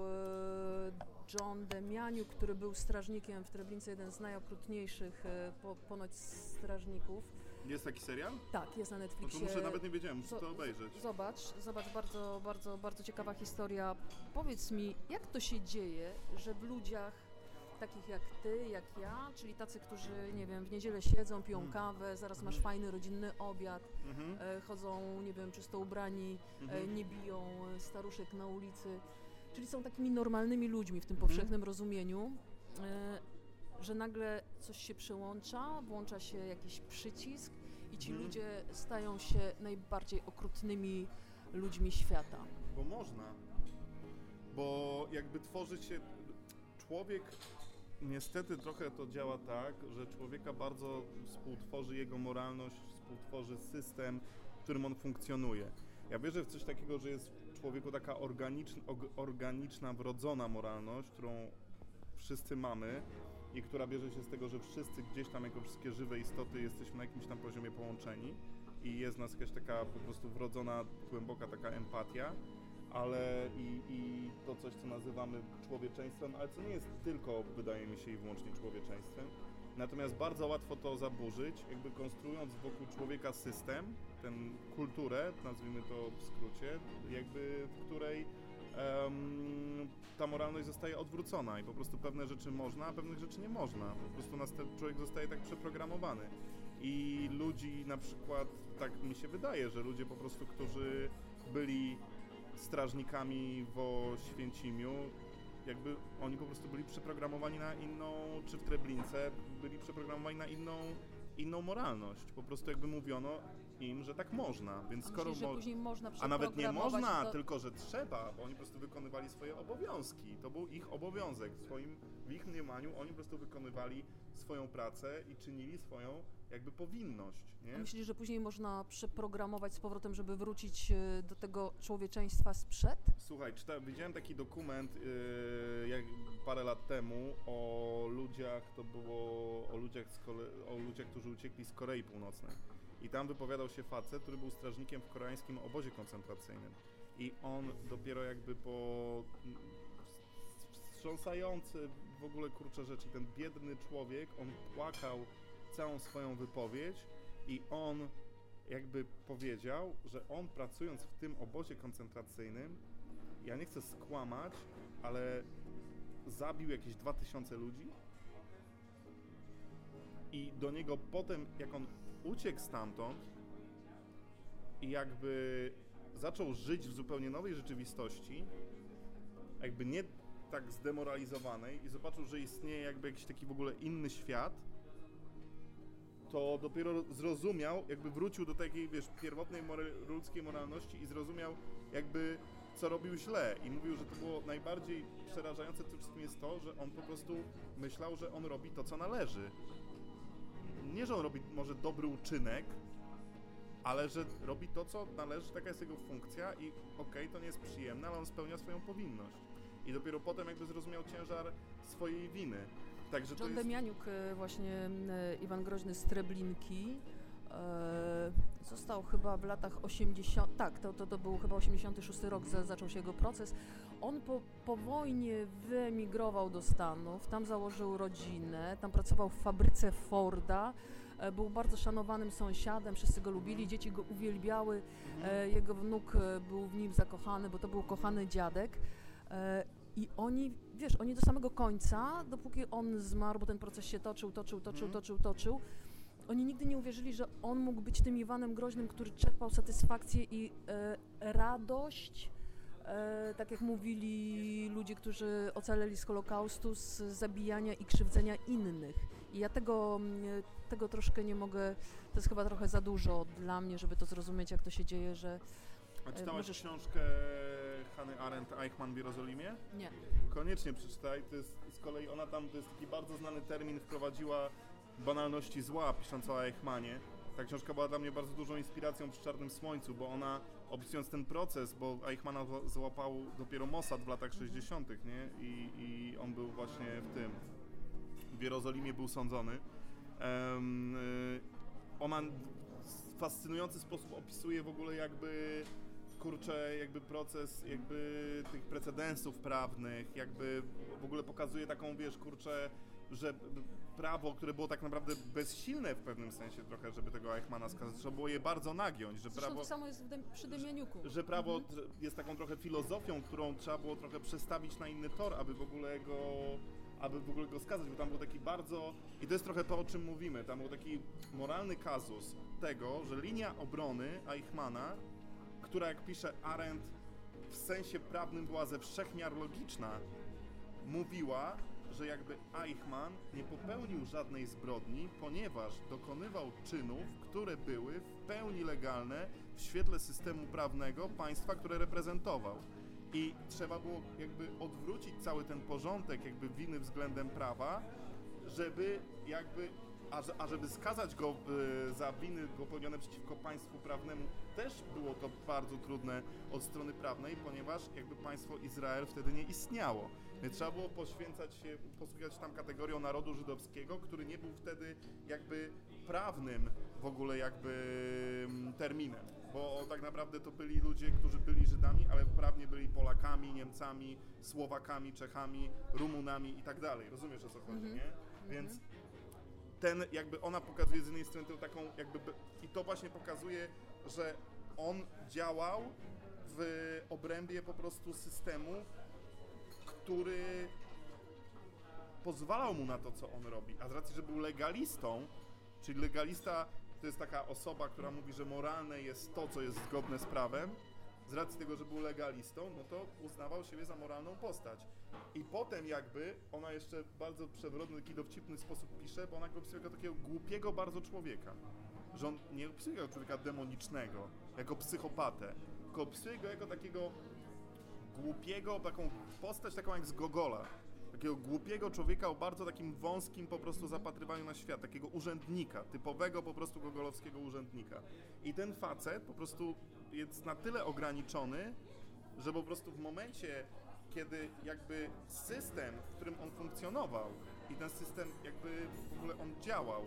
John Demianiuk, który był strażnikiem w Treblince, jeden z najokrutniejszych ponoć strażników. Jest taki serial? Tak, jest na Netflixie. No to muszę, nawet nie wiedziałem, muszę to obejrzeć. Zobacz, bardzo, bardzo, bardzo ciekawa historia. Powiedz mi, jak to się dzieje, że w ludziach takich jak ty, jak ja, czyli tacy, którzy, nie wiem, w niedzielę siedzą, piją kawę, zaraz masz fajny, rodzinny obiad, chodzą, nie wiem, czysto ubrani, nie biją staruszek na ulicy, czyli są takimi normalnymi ludźmi w tym powszechnym rozumieniu, że nagle coś się przełącza, włącza się jakiś przycisk i ci ludzie stają się najbardziej okrutnymi ludźmi świata. Bo można. Bo jakby tworzy się... Człowiek, niestety trochę to działa tak, że człowieka bardzo współtworzy jego moralność, współtworzy system, w którym on funkcjonuje. Ja wierzę w coś takiego, że jest w człowieku taka organiczna, wrodzona moralność, którą wszyscy mamy i która bierze się z tego, że wszyscy gdzieś tam jako wszystkie żywe istoty jesteśmy na jakimś tam poziomie połączeni i jest w nas jakaś taka po prostu wrodzona, głęboka taka empatia, ale i to coś, co nazywamy człowieczeństwem, ale co nie jest tylko, wydaje mi się, i wyłącznie człowieczeństwem. Natomiast bardzo łatwo to zaburzyć, jakby konstruując wokół człowieka system, tę kulturę, nazwijmy to w skrócie, jakby w której ta moralność zostaje odwrócona i po prostu pewne rzeczy można, a pewnych rzeczy nie można. Po prostu człowiek zostaje tak przeprogramowany. I ludzi na przykład, tak mi się wydaje, że ludzie po prostu, którzy byli strażnikami w Oświęcimiu, jakby oni po prostu byli przeprogramowani na inną, czy w Treblince, byli przeprogramowani na inną moralność. Po prostu jakby mówiono im, że tak można, więc skoro myślisz, że później można a nawet nie można, to... tylko że trzeba, bo oni po prostu wykonywali swoje obowiązki. To był ich obowiązek. W ich mniemaniu oni po prostu wykonywali swoją pracę i czynili swoją jakby powinność, nie? A myślisz, że później można przeprogramować z powrotem, żeby wrócić do tego człowieczeństwa sprzed? Słuchaj, widziałem taki dokument parę lat temu o ludziach, o ludziach, którzy uciekli z Korei Północnej. I tam wypowiadał się facet, który był strażnikiem w koreańskim obozie koncentracyjnym. I on dopiero jakby po wstrząsający w ogóle kurczę rzeczy, ten biedny człowiek, on płakał całą swoją wypowiedź i on jakby powiedział, że on pracując w tym obozie koncentracyjnym, ja nie chcę skłamać, ale zabił jakieś 2000 ludzi i do niego potem, jak on uciekł stamtąd i jakby zaczął żyć w zupełnie nowej rzeczywistości, jakby nie tak zdemoralizowanej i zobaczył, że istnieje jakby jakiś taki w ogóle inny świat, to dopiero zrozumiał, jakby wrócił do takiej, wiesz, pierwotnej ludzkiej moralności i zrozumiał jakby co robił źle i mówił, że to było najbardziej przerażające w tym wszystkim jest to, że on po prostu myślał, że on robi to, co należy. Nie, że on robi może dobry uczynek, ale że robi to, co należy, taka jest jego funkcja i okej, to nie jest przyjemne, ale on spełnia swoją powinność. I dopiero potem jakby zrozumiał ciężar swojej winy. Także John Demianiuk, właśnie Iwan Groźny z Treblinki, został chyba w latach 80, tak, to był chyba 86 rok, zaczął się jego proces. On po wojnie wyemigrował do Stanów, tam założył rodzinę, tam pracował w fabryce Forda, był bardzo szanowanym sąsiadem, wszyscy go lubili, dzieci go uwielbiały, jego wnuk był w nim zakochany, bo to był kochany dziadek. I oni, wiesz, oni do samego końca, dopóki on zmarł, bo ten proces się toczył, oni nigdy nie uwierzyli, że on mógł być tym Iwanem Groźnym, który czerpał satysfakcję i radość, tak jak mówili ludzie, którzy ocaleli z Holokaustu, z zabijania i krzywdzenia innych. I ja tego troszkę nie mogę, to jest chyba trochę za dużo dla mnie, żeby to zrozumieć, jak to się dzieje, że... A czytałaś książkę Hannah Arendt, Eichmann w Jerozolimie? Nie. Koniecznie przeczytaj, to jest z kolei ona tam, to jest taki bardzo znany termin, wprowadziła banalności zła, pisząc o Eichmannie. Ta książka była dla mnie bardzo dużą inspiracją przy Czarnym Słońcu, bo ona, opisując ten proces, bo Eichmanna złapał dopiero Mossad w latach 60., nie? I on był właśnie w Jerozolimie był sądzony. Ona w fascynujący sposób opisuje w ogóle jakby proces tych precedensów prawnych, jakby w ogóle pokazuje taką, że prawo, które było tak naprawdę bezsilne w pewnym sensie trochę, żeby tego Eichmanna skazać, trzeba było je bardzo nagiąć, że prawo... to samo jest przy Demianiuku. Że prawo jest taką trochę filozofią, którą trzeba było trochę przestawić na inny tor, aby w ogóle go skazać, bo tam był taki bardzo... I to jest trochę to, o czym mówimy, tam był taki moralny kazus tego, że linia obrony Eichmanna, która, jak pisze Arendt, w sensie prawnym była ze wszech miar logiczna, mówiła, że jakby Eichmann nie popełnił żadnej zbrodni, ponieważ dokonywał czynów, które były w pełni legalne w świetle systemu prawnego państwa, które reprezentował. I trzeba było jakby odwrócić cały ten porządek jakby winy względem prawa, żeby jakby, żeby skazać go za winy popełnione przeciwko państwu prawnemu, też było to bardzo trudne od strony prawnej, ponieważ jakby państwo Izrael wtedy nie istniało. Więc trzeba było posługiwać tam kategorią narodu żydowskiego, który nie był wtedy jakby prawnym w ogóle jakby terminem, bo tak naprawdę to byli ludzie, którzy byli Żydami, ale prawnie byli Polakami, Niemcami, Słowakami, Czechami, Rumunami i tak dalej. Rozumiesz, o co chodzi, nie? Więc ona pokazuje z jednej strony taką i to właśnie pokazuje, że on działał w obrębie po prostu systemu, który pozwalał mu na to, co on robi, a z racji, że był legalistą, czyli legalista to jest taka osoba, która mówi, że moralne jest to, co jest zgodne z prawem, z racji tego, że był legalistą, no to uznawał siebie za moralną postać. I potem jakby ona jeszcze bardzo przewrotny, taki dowcipny sposób pisze, bo ona go opisuje jako takiego głupiego bardzo człowieka. Że on nie opisuje go jako człowieka demonicznego, jako psychopatę, tylko opisuje go jako takiego głupiego, taką postać taką jak z Gogola. Takiego głupiego człowieka o bardzo takim wąskim po prostu zapatrywaniu na świat, takiego urzędnika, typowego po prostu gogolowskiego urzędnika. I ten facet po prostu jest na tyle ograniczony, że po prostu w momencie, kiedy jakby system, w którym on funkcjonował i ten system jakby w ogóle on działał,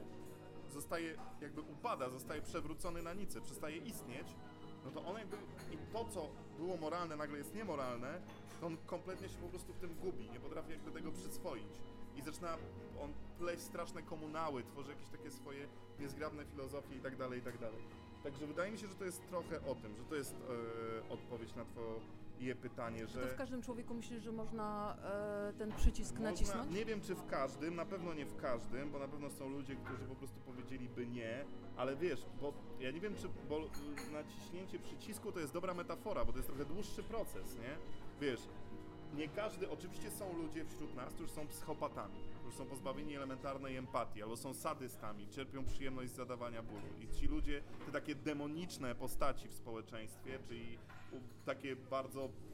zostaje przewrócony na nicę, przestaje istnieć, no to on jakby i to, co było moralne, nagle jest niemoralne, to on kompletnie się po prostu w tym gubi, nie potrafi jakby tego przyswoić. I zaczyna on pleść straszne komunały, tworzy jakieś takie swoje niezgrabne filozofie i tak dalej, i tak dalej. Także wydaje mi się, że to jest trochę o tym, że to jest odpowiedź na twoje pytanie, że... To w każdym człowieku myślisz, że można ten przycisk nacisnąć? Nie wiem, czy w każdym, na pewno nie w każdym, bo na pewno są ludzie, którzy po prostu powiedzieliby nie, ale wiesz, bo ja nie wiem, bo naciśnięcie przycisku to jest dobra metafora, bo to jest trochę dłuższy proces, nie? Wiesz, nie każdy, oczywiście są ludzie wśród nas, którzy są psychopatami, którzy są pozbawieni elementarnej empatii, albo są sadystami, cierpią przyjemność z zadawania bólu. I ci ludzie, te takie demoniczne postaci w społeczeństwie, czyli takie bardzo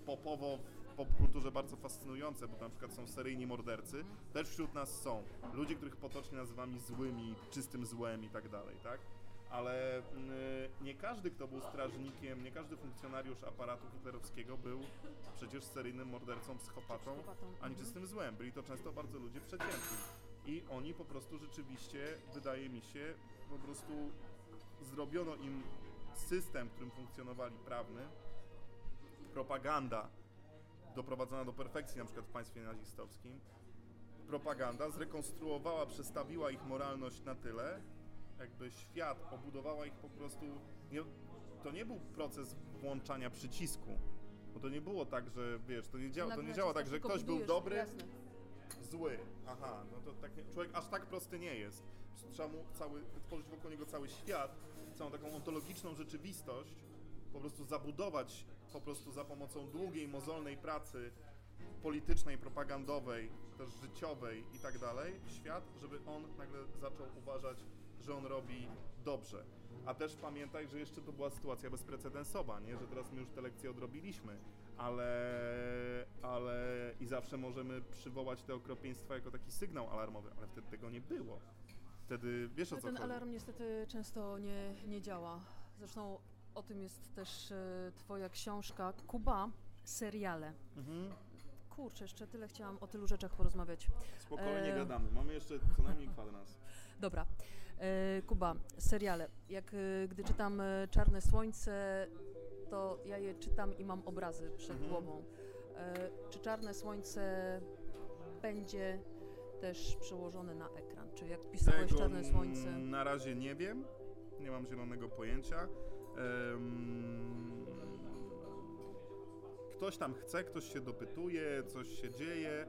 popowo w popkulturze bardzo fascynujące, bo na przykład są seryjni mordercy, też wśród nas są ludzie, których potocznie nazywamy złymi, czystym złem i tak dalej, tak? Ale nie każdy, kto był strażnikiem, nie każdy funkcjonariusz aparatu hitlerowskiego był przecież seryjnym mordercą, psychopatą, ani czystym złem. Byli to często bardzo ludzie przeciętni. I oni po prostu rzeczywiście, wydaje mi się, po prostu zrobiono im system, w którym funkcjonowali prawny, propaganda doprowadzona do perfekcji, na przykład w państwie nazistowskim, propaganda zrekonstruowała, przestawiła ich moralność na tyle, jakby świat obudowała ich po prostu, to nie był proces włączania przycisku, bo to nie było tak, że wiesz, to nie działa tak, że ktoś był dobry, jasne, zły, aha, no to tak nie, człowiek aż tak prosty nie jest, trzeba mu wytworzyć wokół niego cały świat, całą taką ontologiczną rzeczywistość, po prostu zabudować po prostu za pomocą długiej, mozolnej pracy politycznej, propagandowej, też życiowej i tak dalej, świat, żeby on nagle zaczął uważać, że on robi dobrze. A też pamiętaj, że jeszcze to była sytuacja bezprecedensowa, nie? Że teraz my już te lekcje odrobiliśmy, ale i zawsze możemy przywołać te okropieństwa jako taki sygnał alarmowy, ale wtedy tego nie było. Wtedy wiesz o co chodzi. Ten alarm niestety często nie działa. Zresztą o tym jest też twoja książka Kuba, seriale. Kurczę, jeszcze tyle chciałam o tylu rzeczach porozmawiać. Spokojnie gadamy, mamy jeszcze co najmniej kwadrans. Dobra. Kuba, seriale. Gdy czytam Czarne Słońce, to ja je czytam i mam obrazy przed głową. Czy Czarne Słońce będzie też przełożone na ekran? Czy jak pisałeś Czarne Słońce? Na razie nie wiem, nie mam zielonego pojęcia. Ktoś tam chce, ktoś się dopytuje, coś się dzieje.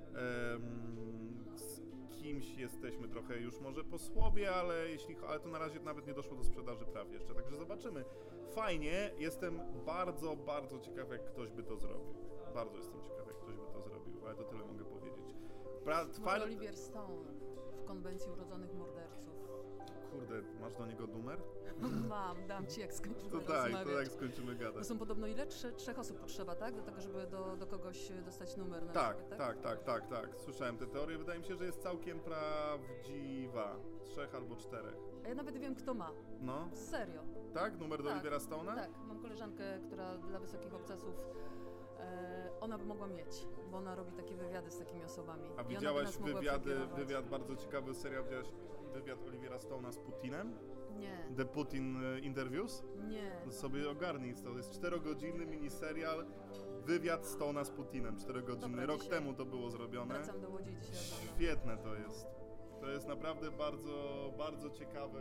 Z kimś jesteśmy trochę już może po słowie, ale to na razie nawet nie doszło do sprzedaży praw jeszcze, także zobaczymy. Fajnie, jestem bardzo, bardzo ciekaw, jak ktoś by to zrobił. Bardzo jestem ciekaw, jak ktoś by to zrobił, ale to tyle mogę powiedzieć. Oliver Stone w Konwencji Urodzonych Morderców. Kurde, masz do niego numer? Mam, dam ci, jak skończymy to jak skończymy gadać. To są podobno ile? Trzech osób potrzeba, tak? Do tego, żeby do kogoś dostać numer na tak, przykład, tak. Słyszałem tę teorię, wydaje mi się, że jest całkiem prawdziwa. 3 albo 4. A ja nawet wiem, kto ma. No? Serio. Tak? Numer do Olivera Stone'a? Tak, mam koleżankę, która dla wysokich obcasów ona by mogła mieć, bo ona robi takie wywiady z takimi osobami. A widziałaś wywiad, bardzo ciekawy serial, widziałaś wywiad Olivera Stone'a z Putinem? Nie. The Putin Interviews? Nie. To sobie ogarnij, to jest 4-godzinny miniserial, wywiad Stone'a z Putinem, 4-godzinny. Rok temu to było zrobione. Wracam do Łodzi dzisiaj. Świetne to jest. To jest naprawdę bardzo, bardzo ciekawy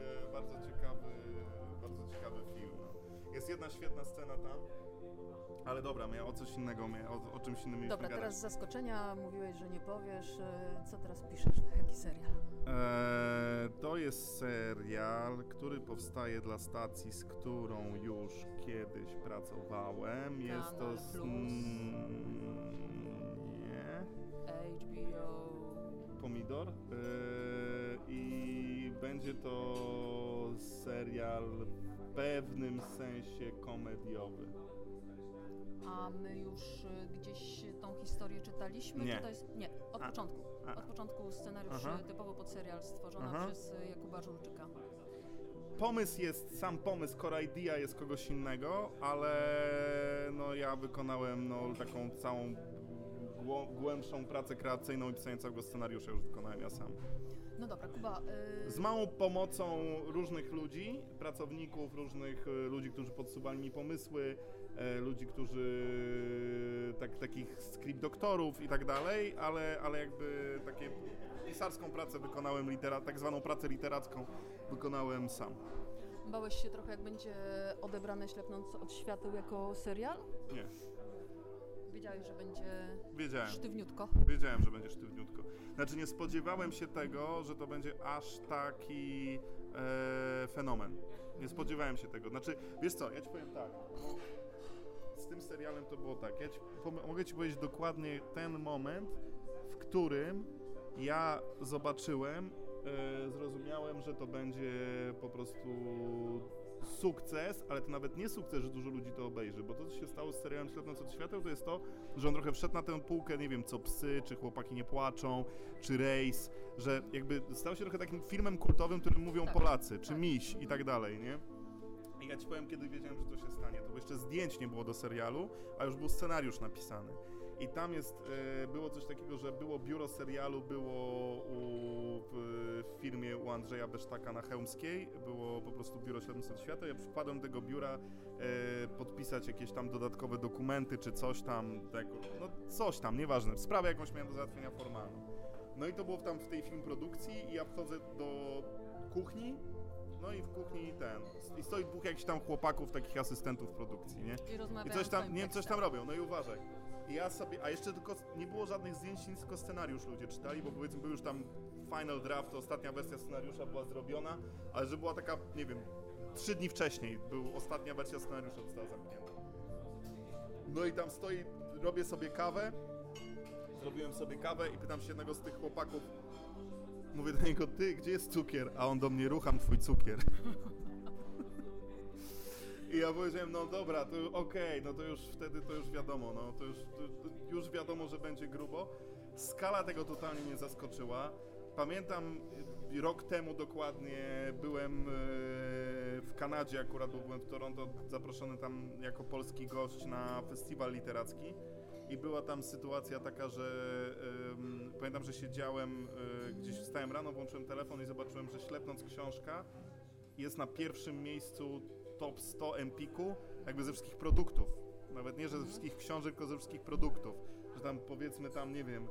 film. No. Jest jedna świetna scena tam. Ale dobra, ja o coś innego, o czymś innym mieliśmy Dobra, gadać. teraz z zaskoczenia mówiłeś, że nie powiesz. Co teraz piszesz? Na jaki serial? To jest serial, który powstaje dla stacji, z którą już kiedyś pracowałem. Jest to nie. HBO. Pomidor. I będzie to serial w pewnym sensie komediowy. A my już gdzieś tą historię czytaliśmy? Nie. Czy to jest... Nie, od początku. Od początku scenariusz typowo pod serial stworzony przez Jakuba Żulczyka. Sam pomysł, core idea jest kogoś innego, ale no ja wykonałem taką całą głębszą pracę kreacyjną i pisania całego scenariusza już wykonałem ja sam. No dobra, Kuba... Z małą pomocą różnych ludzi, pracowników, różnych ludzi, którzy podsuwali mi pomysły, ludzi, którzy takich script doktorów i tak dalej, ale jakby takie pisarską pracę wykonałem, tak zwaną pracę literacką wykonałem sam. Bałeś się trochę, jak będzie odebrane Ślepnąc od świateł jako serial? Nie. Wiedziałeś, że będzie sztywniutko? Wiedziałem, że będzie sztywniutko. Znaczy nie spodziewałem się tego, że to będzie aż taki fenomen. Nie spodziewałem się tego. Znaczy, wiesz co, ja ci powiem tak. Z tym serialem to było tak. Mogę ci powiedzieć dokładnie ten moment, w którym ja zobaczyłem, zrozumiałem, że to będzie po prostu sukces, ale to nawet nie sukces, że dużo ludzi to obejrzy, bo to, co się stało z serialem Ślepnąc od świateł, to jest to, że on trochę wszedł na tę półkę, nie wiem, co Psy, czy Chłopaki nie płaczą, czy Rejs, że jakby stał się trochę takim filmem kultowym, którym mówią Polacy, czy Miś i tak dalej, nie? I ja ci powiem, kiedy wiedziałem, że to się stanie, to bo jeszcze zdjęć nie było do serialu, a już był scenariusz napisany. I tam było coś takiego, że było biuro serialu, było w firmie u Andrzeja Besztaka na Chełmskiej, było po prostu biuro Ślepnąc od świata. Ja wpadłem do tego biura podpisać jakieś tam dodatkowe dokumenty, czy coś tam, no coś tam, nieważne, sprawę jakąś miałem do załatwienia formalną. No i to było tam w tej film produkcji i ja wchodzę do kuchni, no i w kuchni i stoi dwóch jakichś tam chłopaków, takich asystentów produkcji, nie? I coś tam, nie wiem, coś tam robią, no i uważaj. I ja sobie, a jeszcze tylko nie było żadnych zdjęć, nic, tylko scenariusz ludzie czytali, bo powiedzmy był już tam final draft, to ostatnia wersja scenariusza była zrobiona, ale że była taka, nie wiem, 3 dni wcześniej ostatnia wersja scenariusza została zamknięta. No i tam stoi, robię sobie kawę, zrobiłem sobie kawę i pytam się jednego z tych chłopaków, mówię do niego, ty, gdzie jest cukier? A on do mnie, rucham twój cukier. I ja powiedziałem, no dobra, to okej, no to już wtedy to już wiadomo, no to już wiadomo, że będzie grubo. Skala tego totalnie mnie zaskoczyła. Pamiętam, rok temu dokładnie byłem w Kanadzie akurat, bo byłem w Toronto, zaproszony tam jako polski gość na festiwal literacki. I była tam sytuacja taka, że pamiętam, że siedziałem, gdzieś wstałem rano, włączyłem telefon i zobaczyłem, że Ślepnąc książka jest na pierwszym miejscu top 100 Empiku, jakby ze wszystkich produktów. Nawet nie, że ze wszystkich książek, tylko ze wszystkich produktów. Że tam powiedzmy tam, nie wiem,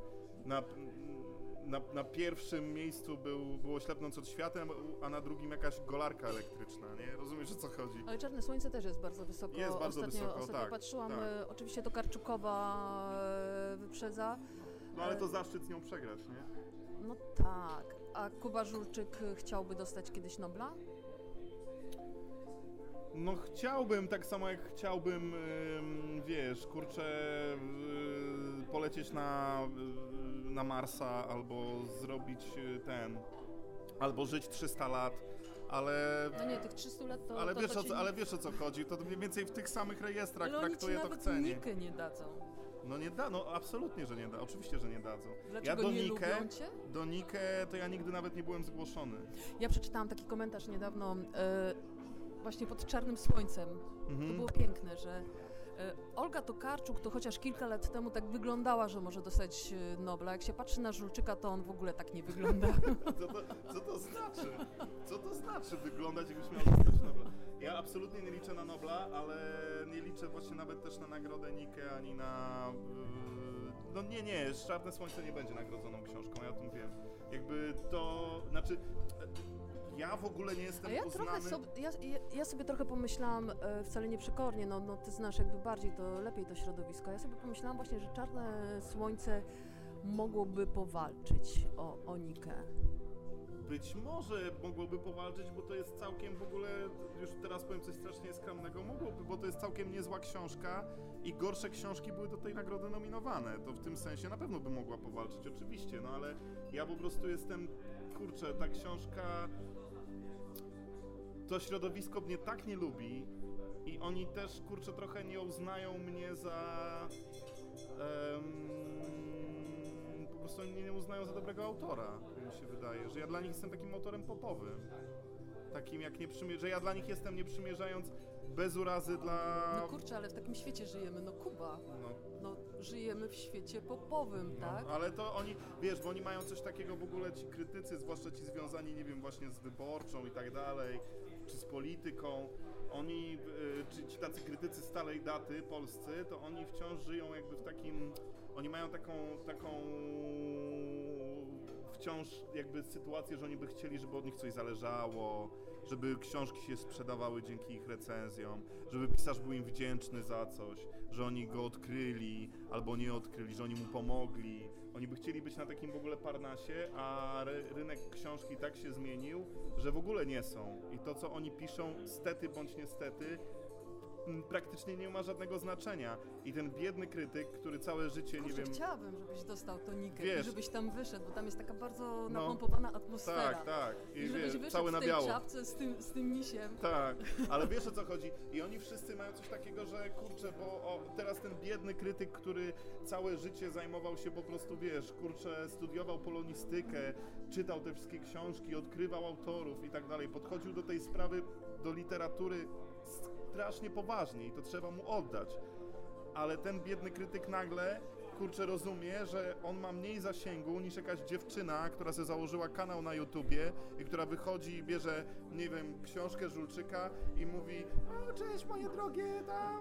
na pierwszym miejscu było Ślepnąc od światem, a na drugim jakaś golarka elektryczna, nie? Rozumiesz, o co chodzi? Ale Czarne Słońce też jest bardzo wysoko. Jest bardzo wysoko, ostatnio tak. patrzyłam, tak. Oczywiście to Karczukowa wyprzedza. No ale to zaszczyt z nią przegrać, nie? No tak. A Kuba Żulczyk chciałby dostać kiedyś Nobla? No chciałbym, tak samo jak chciałbym, wiesz, kurczę, polecieć na Marsa albo zrobić albo żyć 300 lat, ale... No nie, tych 300 lat to... Ale wiesz o co chodzi, to mniej więcej w tych samych rejestrach traktuje to chce, nie? nie? Nikę nie dadzą. No nie da, no absolutnie, że nie da, oczywiście, że nie dadzą. Dlaczego nie lubią cię? Do Nikę to ja nigdy nawet nie byłem zgłoszony. Ja przeczytałam taki komentarz niedawno, właśnie pod Czarnym Słońcem. To było piękne, że Olga Tokarczuk to chociaż kilka lat temu tak wyglądała, że może dostać Nobla. Jak się patrzy na Żulczyka, to on w ogóle tak nie wygląda. Co to znaczy? Co to znaczy wyglądać, jakbyś miał dostać Nobla? Ja absolutnie nie liczę na Nobla, ale nie liczę właśnie nawet też na nagrodę Nikę, ani na... No nie, Czarne Słońce nie będzie nagrodzoną książką, ja o tym wiem. Jakby to... Znaczy... Ja w ogóle nie jestem uznany... Ja sobie trochę pomyślałam, wcale nieprzekornie, no ty znasz jakby bardziej lepiej to środowisko. Ja sobie pomyślałam właśnie, że Czarne Słońce mogłoby powalczyć o Nikę. Być może mogłoby powalczyć, bo to jest całkiem w ogóle, już teraz powiem coś strasznie skromnego, mogłoby, bo to jest całkiem niezła książka i gorsze książki były do tej nagrody nominowane. To w tym sensie na pewno by mogła powalczyć, oczywiście, no ale ja po prostu jestem, kurczę, ta książka, to środowisko mnie tak nie lubi i oni też, kurczę, trochę nie uznają mnie za... po prostu mnie nie uznają za dobrego autora, mi się wydaje, że ja dla nich jestem takim autorem popowym. Takim jak że ja dla nich jestem, nie przymierzając, bez urazy dla... No kurczę, ale w takim świecie żyjemy, no Kuba. No żyjemy w świecie popowym, tak? Ale to oni, wiesz, bo oni mają coś takiego w ogóle, ci krytycy, zwłaszcza ci związani, nie wiem, właśnie z Wyborczą i tak dalej, czy z polityką, oni, czy ci tacy krytycy stałej daty polscy, to oni wciąż żyją jakby w takim, oni mają taką wciąż jakby sytuację, że oni by chcieli, żeby od nich coś zależało, żeby książki się sprzedawały dzięki ich recenzjom, żeby pisarz był im wdzięczny za coś, że oni go odkryli albo nie odkryli, że oni mu pomogli. Oni by chcieli być na takim w ogóle parnasie, a rynek książki tak się zmienił, że w ogóle nie są. I to, co oni piszą, stety bądź niestety, praktycznie nie ma żadnego znaczenia. I ten biedny krytyk, który całe życie, Kurczę, nie wiem... chciałabym, żebyś dostał tonikę Wiesz, i żebyś tam wyszedł, bo tam jest taka bardzo no, napompowana atmosfera. Tak. I żebyś wyszedł cały na w tej biało. czapce z tym misiem. Tak, ale wiesz o co chodzi? I oni wszyscy mają coś takiego, że kurczę, bo teraz ten biedny krytyk, który całe życie zajmował się po prostu, wiesz, kurczę, studiował polonistykę, czytał te wszystkie książki, odkrywał autorów i tak dalej, podchodził do tej sprawy, do literatury strasznie poważnie i to trzeba mu oddać. Ale ten biedny krytyk nagle, kurczę, rozumie, że on ma mniej zasięgu niż jakaś dziewczyna, która sobie założyła kanał na YouTubie i która wychodzi i bierze, nie wiem, książkę Żulczyka i mówi: o, cześć moje drogie, tam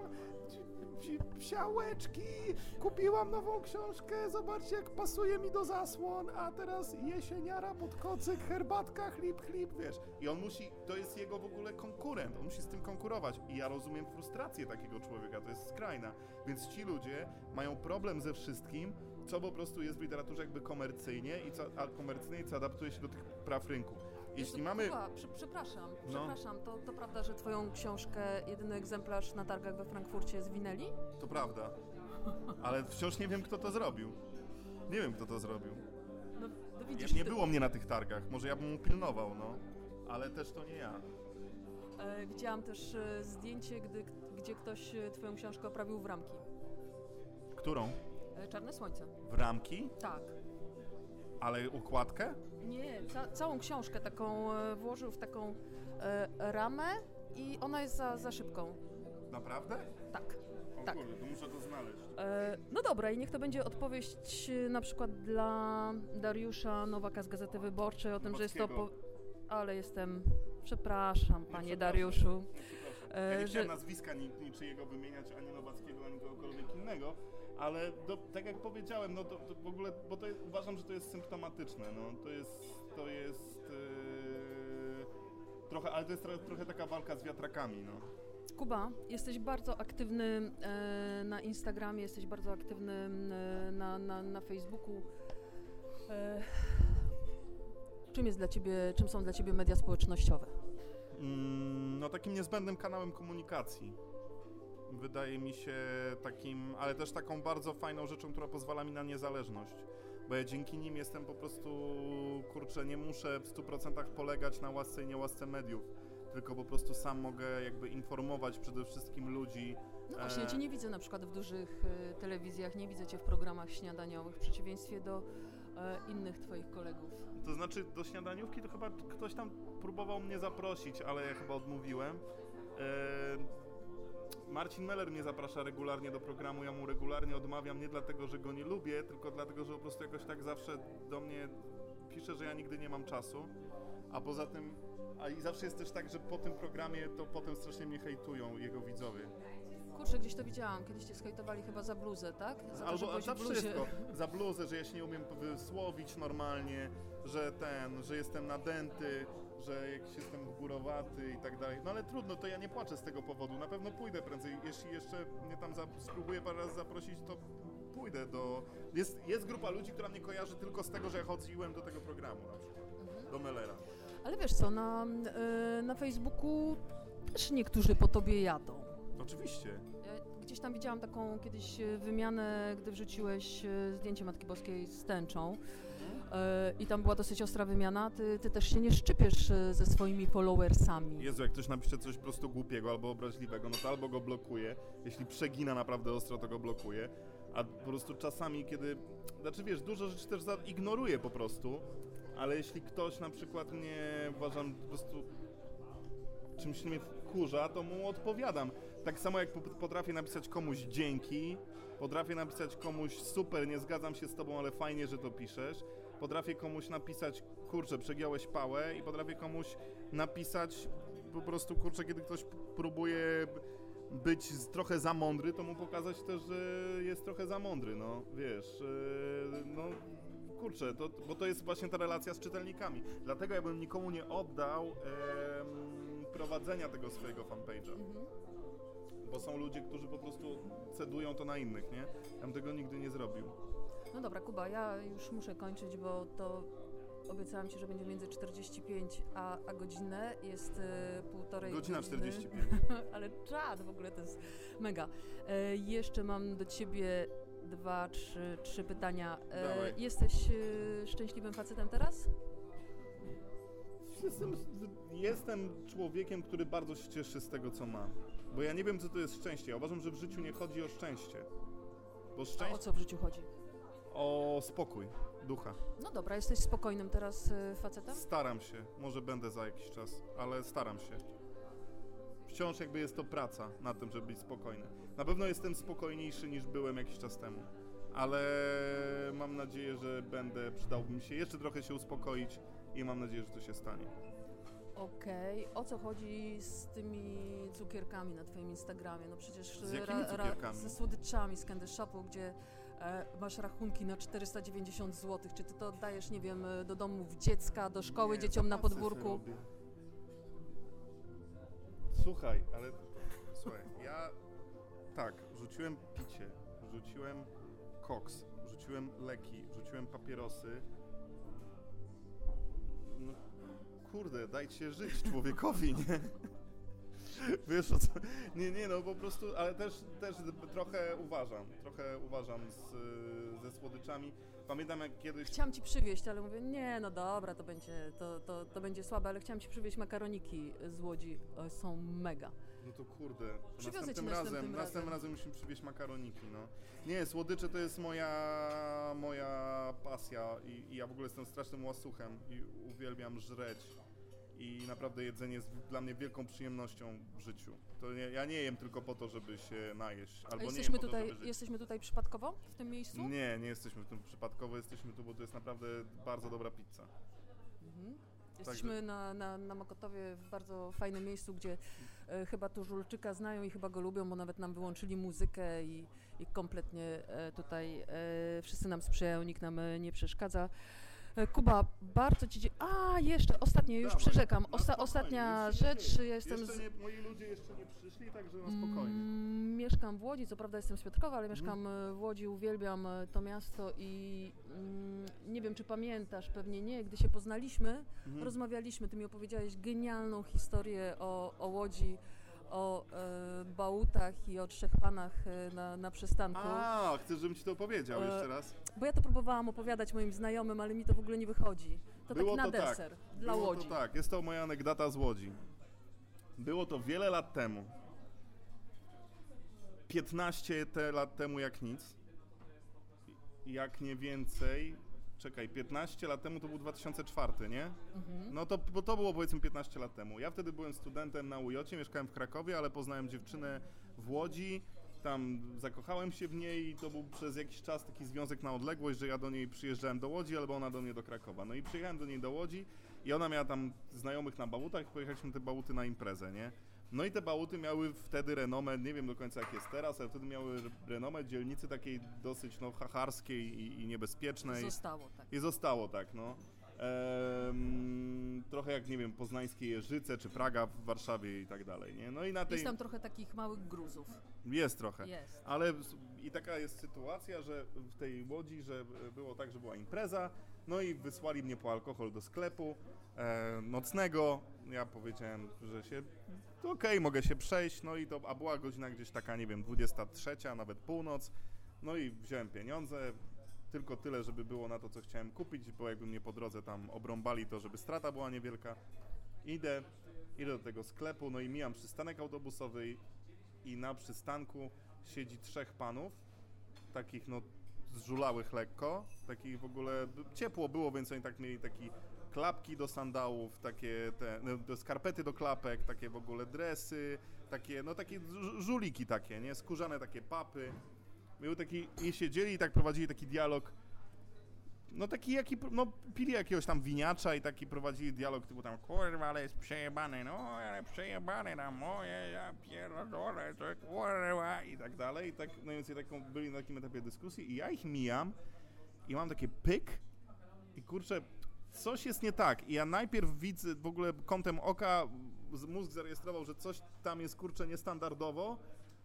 psiałeczki, kupiłam nową książkę, zobaczcie jak pasuje mi do zasłon, a teraz jesieniara pod kocyk, herbatka, chlip, wiesz. I on musi, to jest jego w ogóle konkurent, on musi z tym konkurować. I ja rozumiem frustrację takiego człowieka, to jest skrajna. Więc ci ludzie mają problem ze wszystkim, co po prostu jest w literaturze jakby komercyjnie i co adaptuje się do tych praw rynku. Jeśli mamy... Kuba, przepraszam, to prawda, że twoją książkę, jedyny egzemplarz na targach we Frankfurcie zwinęli? To prawda, ale wciąż nie wiem, kto to zrobił. Nie wiem, kto to zrobił. No widzisz, nie było mnie na tych targach, może ja bym mu pilnował, no. Ale też to nie ja. Widziałam też zdjęcie, gdzie ktoś twoją książkę oprawił w ramki. Którą? Czarne słońce. W ramki? Tak. Ale układkę? Nie, całą książkę taką włożył w taką ramę i ona jest za szybką. Naprawdę? Tak. O tak. kurde, to muszę to znaleźć. No dobra, i niech to będzie odpowiedź na przykład dla Dariusza Nowaka z Gazety Wyborczej o tym, że jest to... Ale jestem... Przepraszam, panie Dariuszu. Ja nie chciałem nazwiska niczyjego wymieniać, ani Nowackiego, ani kogokolwiek innego, ale tak jak powiedziałem, no to w ogóle, bo uważam, że to jest symptomatyczne, no to jest trochę, ale to jest trochę taka walka z wiatrakami, no. Kuba, jesteś bardzo aktywny na Instagramie, jesteś bardzo aktywny na Facebooku. Czym są dla ciebie media społecznościowe? No takim niezbędnym kanałem komunikacji. Wydaje mi się takim, ale też taką bardzo fajną rzeczą, która pozwala mi na niezależność. Bo ja dzięki nim jestem po prostu, kurczę, nie muszę w 100% polegać na łasce i niełasce mediów. Tylko po prostu sam mogę jakby informować przede wszystkim ludzi. No właśnie, ja cię nie widzę na przykład w dużych telewizjach, nie widzę cię w programach śniadaniowych, w przeciwieństwie do innych twoich kolegów. To znaczy do śniadaniówki to chyba ktoś tam próbował mnie zaprosić, ale ja chyba odmówiłem. Marcin Meller mnie zaprasza regularnie do programu, ja mu regularnie odmawiam, nie dlatego, że go nie lubię, tylko dlatego, że po prostu jakoś tak zawsze do mnie pisze, że ja nigdy nie mam czasu, a poza tym, i zawsze jest też tak, że po tym programie to potem strasznie mnie hejtują jego widzowie. Kurczę, gdzieś to widziałam, kiedyś cię skejtowali chyba za bluzę, tak? Albo za wszystko, za bluzę, że ja się nie umiem wysłowić normalnie, że jestem nadęty, że jakiś jestem gburowaty i tak dalej. No ale trudno, to ja nie płaczę z tego powodu. Na pewno pójdę prędzej. Jeśli jeszcze mnie tam spróbuję parę razy zaprosić, to pójdę do... Jest grupa ludzi, która mnie kojarzy tylko z tego, że ja chodziłem do tego programu na przykład, do Mellera. Ale wiesz co, na Facebooku też niektórzy po tobie jadą. Oczywiście. Ja gdzieś tam widziałam taką kiedyś wymianę, gdy wrzuciłeś zdjęcie Matki Boskiej z tęczą. I tam była dosyć ostra wymiana, ty też się nie szczypiesz ze swoimi followersami. Jezu, jak ktoś napisze coś po prostu głupiego albo obraźliwego, no to albo go blokuje, jeśli przegina naprawdę ostro, to go blokuje, a po prostu czasami, kiedy, znaczy wiesz, dużo rzeczy też ignoruję po prostu, ale jeśli ktoś na przykład mnie, uważam, po prostu czymś mnie wkurza, to mu odpowiadam. Tak samo jak potrafię napisać komuś dzięki, potrafię napisać komuś super, nie zgadzam się z tobą, ale fajnie, że to piszesz. Potrafię komuś napisać, kurczę, przegiąłeś pałę, i potrafię komuś napisać po prostu, kurczę, kiedy ktoś próbuje być trochę za mądry, to mu pokazać też, że jest trochę za mądry, no, wiesz, no, kurczę, bo to jest właśnie ta relacja z czytelnikami. Dlatego ja bym nikomu nie oddał prowadzenia tego swojego fanpage'a. Bo są ludzie, którzy po prostu cedują to na innych, nie? Ja bym tego nigdy nie zrobił. No dobra, Kuba, ja już muszę kończyć, bo to obiecałam Ci, że będzie między 45 a godzinę, jest półtorej Godzina godziny. 45. Ale czad w ogóle to jest mega. Jeszcze mam do Ciebie trzy pytania. Dawaj. Jesteś szczęśliwym facetem teraz? Jestem człowiekiem, który bardzo się cieszy z tego, co ma. Bo ja nie wiem, co to jest szczęście. Ja uważam, że w życiu nie chodzi o szczęście. Bo A o co w życiu chodzi? O spokój ducha. No dobra, jesteś spokojnym teraz facetem? Staram się. Może będę za jakiś czas, ale staram się. Wciąż jakby jest to praca na tym, żeby być spokojny. Na pewno jestem spokojniejszy niż byłem jakiś czas temu. Ale mam nadzieję, że przydałoby mi się jeszcze trochę się uspokoić i mam nadzieję, że to się stanie. Okej. O co chodzi z tymi cukierkami na Twoim Instagramie? No przecież Z jakimi cukierkami? ze słodyczami z Candy Shopu, gdzie masz rachunki na 490 zł. Czy Ty to oddajesz, nie wiem, do domów dziecka, do szkoły, dzieciom na podwórku? Słuchaj, ja rzuciłem picie, rzuciłem koks, rzuciłem leki, rzuciłem papierosy. No kurde, dajcie żyć człowiekowi, nie? Wiesz o co? Nie, no po prostu, ale też trochę uważam ze słodyczami. Pamiętam jak kiedyś... Chciałam Ci przywieźć, ale mówię, nie, no dobra, to będzie słabe, ale chciałam Ci przywieźć makaroniki z Łodzi, są mega. No to kurde, Przywiozę Ci następnym razem musimy przywieźć makaroniki, no. Nie, słodycze to jest moja pasja i ja w ogóle jestem strasznym łasuchem i uwielbiam żreć. I naprawdę jedzenie jest dla mnie wielką przyjemnością w życiu. Ja nie jem tylko po to, żeby się najeść, albo nie jem po to, żeby żyć. Jesteśmy tutaj przypadkowo w tym miejscu? Nie jesteśmy w tym przypadkowo, jesteśmy tu, bo to jest naprawdę bardzo dobra pizza. Mhm. Jesteśmy na Mokotowie w bardzo fajnym miejscu, gdzie chyba tu Żulczyka znają i chyba go lubią, bo nawet nam wyłączyli muzykę i kompletnie tutaj wszyscy nam sprzyjają, nikt nam nie przeszkadza. Kuba, bardzo Ci jeszcze, ostatnie, już przyrzekam. Ostatnia rzecz, ja jestem moi ludzie jeszcze nie przyszli, także na spokojnie. Mieszkam w Łodzi, co prawda jestem z Piotrkowa, ale mieszkam w Łodzi, uwielbiam to miasto i nie wiem, czy pamiętasz, pewnie nie, gdy się poznaliśmy, rozmawialiśmy, Ty mi opowiedziałeś genialną historię o Łodzi, o bałutach i o trzech panach na przystanku. Chcesz, żebym Ci to opowiedział jeszcze raz? Bo ja to próbowałam opowiadać moim znajomym, ale mi to w ogóle nie wychodzi. To było tak na to deser, dla było Łodzi. To tak, jest to moja anegdota z Łodzi. Było to wiele lat temu. 15 lat temu jak nic. Jak nie więcej. Czekaj, 15 lat temu to był 2004, nie? No to, bo to było powiedzmy 15 lat temu. Ja wtedy byłem studentem na UJ-cie, mieszkałem w Krakowie, ale poznałem dziewczynę w Łodzi. Tam zakochałem się w niej i to był przez jakiś czas taki związek na odległość, że ja do niej przyjeżdżałem do Łodzi, albo ona do mnie do Krakowa. No i przyjechałem do niej do Łodzi i ona miała tam znajomych na bałutach i pojechaliśmy te bałuty na imprezę, nie? No i te bałuty miały wtedy renomę, nie wiem do końca jak jest teraz, ale wtedy miały renomę dzielnicy takiej dosyć chacharskiej i niebezpiecznej. Zostało tak, no. Trochę jak, nie wiem, poznańskie Jeżyce, czy Praga w Warszawie i tak dalej, nie? No i na tej... Jest tam trochę takich małych gruzów. Jest trochę. Jest. Ale i taka jest sytuacja, że w tej Łodzi, że było tak, że była impreza, no i wysłali mnie po alkohol do sklepu nocnego. Ja powiedziałem, że się okej, mogę się przejść, no i to, a była godzina gdzieś taka, nie wiem, 23, nawet północ, no i wziąłem pieniądze, tylko tyle, żeby było na to, co chciałem kupić, bo jakby mnie po drodze tam obrąbali, to żeby strata była niewielka. Idę do tego sklepu, no i mijam przystanek autobusowy i na przystanku siedzi trzech panów, takich no zżulałych lekko, takich w ogóle, ciepło było, więc oni tak mieli taki klapki do sandałów, takie skarpety do klapek, takie w ogóle dresy, takie, no takie żuliki takie, nie, skórzane takie papy. Mieli taki, i siedzieli i tak prowadzili taki dialog, no taki pili jakiegoś tam winiacza i taki prowadzili dialog typu tam, kurwa, ale jest przejebane, no, ale przejebane na moje, ja pierdolę, to kurwa, i tak dalej. I tak, no więc byli na takim etapie dyskusji i ja ich mijam i mam takie pyk i kurczę, coś jest nie tak. I ja najpierw widzę w ogóle kątem oka, mózg zarejestrował, że coś tam jest, kurczę, niestandardowo,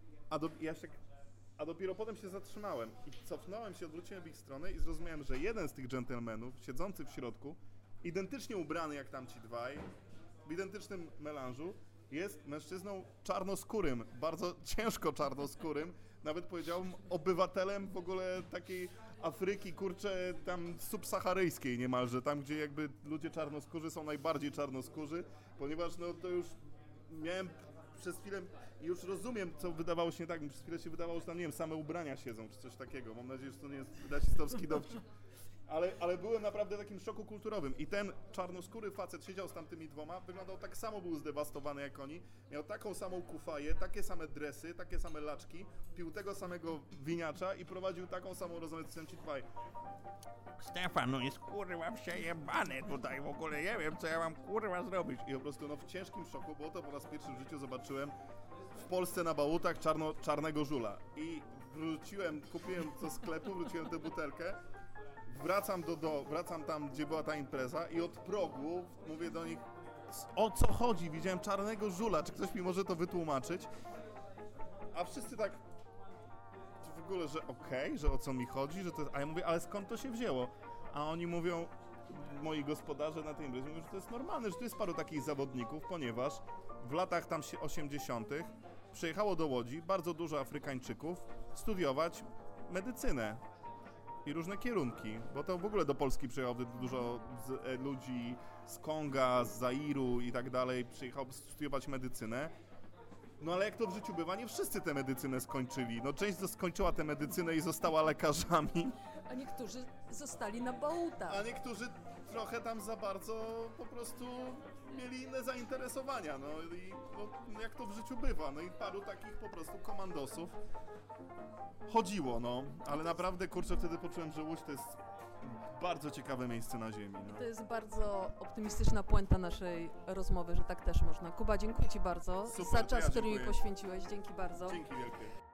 a dopiero potem się zatrzymałem i cofnąłem się, odwróciłem w ich stronę i zrozumiałem, że jeden z tych dżentelmenów, siedzący w środku, identycznie ubrany jak tamci dwaj, w identycznym melanżu, jest mężczyzną czarnoskórym, bardzo ciężko czarnoskórym, nawet powiedziałbym obywatelem w ogóle takiej Afryki, kurczę, tam subsaharyjskiej niemalże, tam gdzie jakby ludzie czarnoskórzy są najbardziej czarnoskórzy, ponieważ no to już miałem przez chwilę, już rozumiem, co wydawało się nie tak, mi przez chwilę się wydawało, że tam, nie wiem, same ubrania siedzą, czy coś takiego, mam nadzieję, że to nie jest rasistowski dowcip. Ale byłem naprawdę w takim szoku kulturowym i ten czarnoskóry facet siedział z tamtymi dwoma, wyglądał tak samo, był zdewastowany jak oni, miał taką samą kufaję, takie same dresy, takie same laczki, pił tego samego winiacza i prowadził taką samą rozmowę z ci dwaj. Stefan, no jest kurwa przejebane tutaj w ogóle, nie wiem co ja mam kurwa zrobić. I po prostu no w ciężkim szoku, bo to po raz pierwszy w życiu zobaczyłem w Polsce na bałutach czarnego żula. I kupiłem do sklepu, wróciłem tę butelkę, wracam tam, gdzie była ta impreza i od progu mówię do nich, o co chodzi, widziałem czarnego żula, czy ktoś mi może to wytłumaczyć? A wszyscy tak w ogóle, że okej, że o co mi chodzi, że to jest, a ja mówię, ale skąd to się wzięło? A oni mówią, moi gospodarze na tej imprezie mówią, że to jest normalne, że tu jest paru takich zawodników, ponieważ w latach tam 80. przyjechało do Łodzi bardzo dużo Afrykańczyków studiować medycynę i różne kierunki, bo to w ogóle do Polski przyjechało dużo ludzi z Konga, z Zairu i tak dalej, przyjechało studiować medycynę. No ale jak to w życiu bywa, nie wszyscy tę medycynę skończyli. No część skończyła tę medycynę i została lekarzami. A niektórzy zostali na bałutach. A niektórzy trochę tam za bardzo po prostu mieli inne zainteresowania, no i no, jak to w życiu bywa, no i paru takich po prostu komandosów chodziło, no, ale naprawdę, kurczę, wtedy poczułem, że Łódź to jest bardzo ciekawe miejsce na ziemi. No. To jest bardzo optymistyczna puenta naszej rozmowy, że tak też można. Kuba, dziękuję Ci bardzo Super, za czas, ja który mi dziękuję. poświęciłeś. Dzięki bardzo. Dzięki wielkie.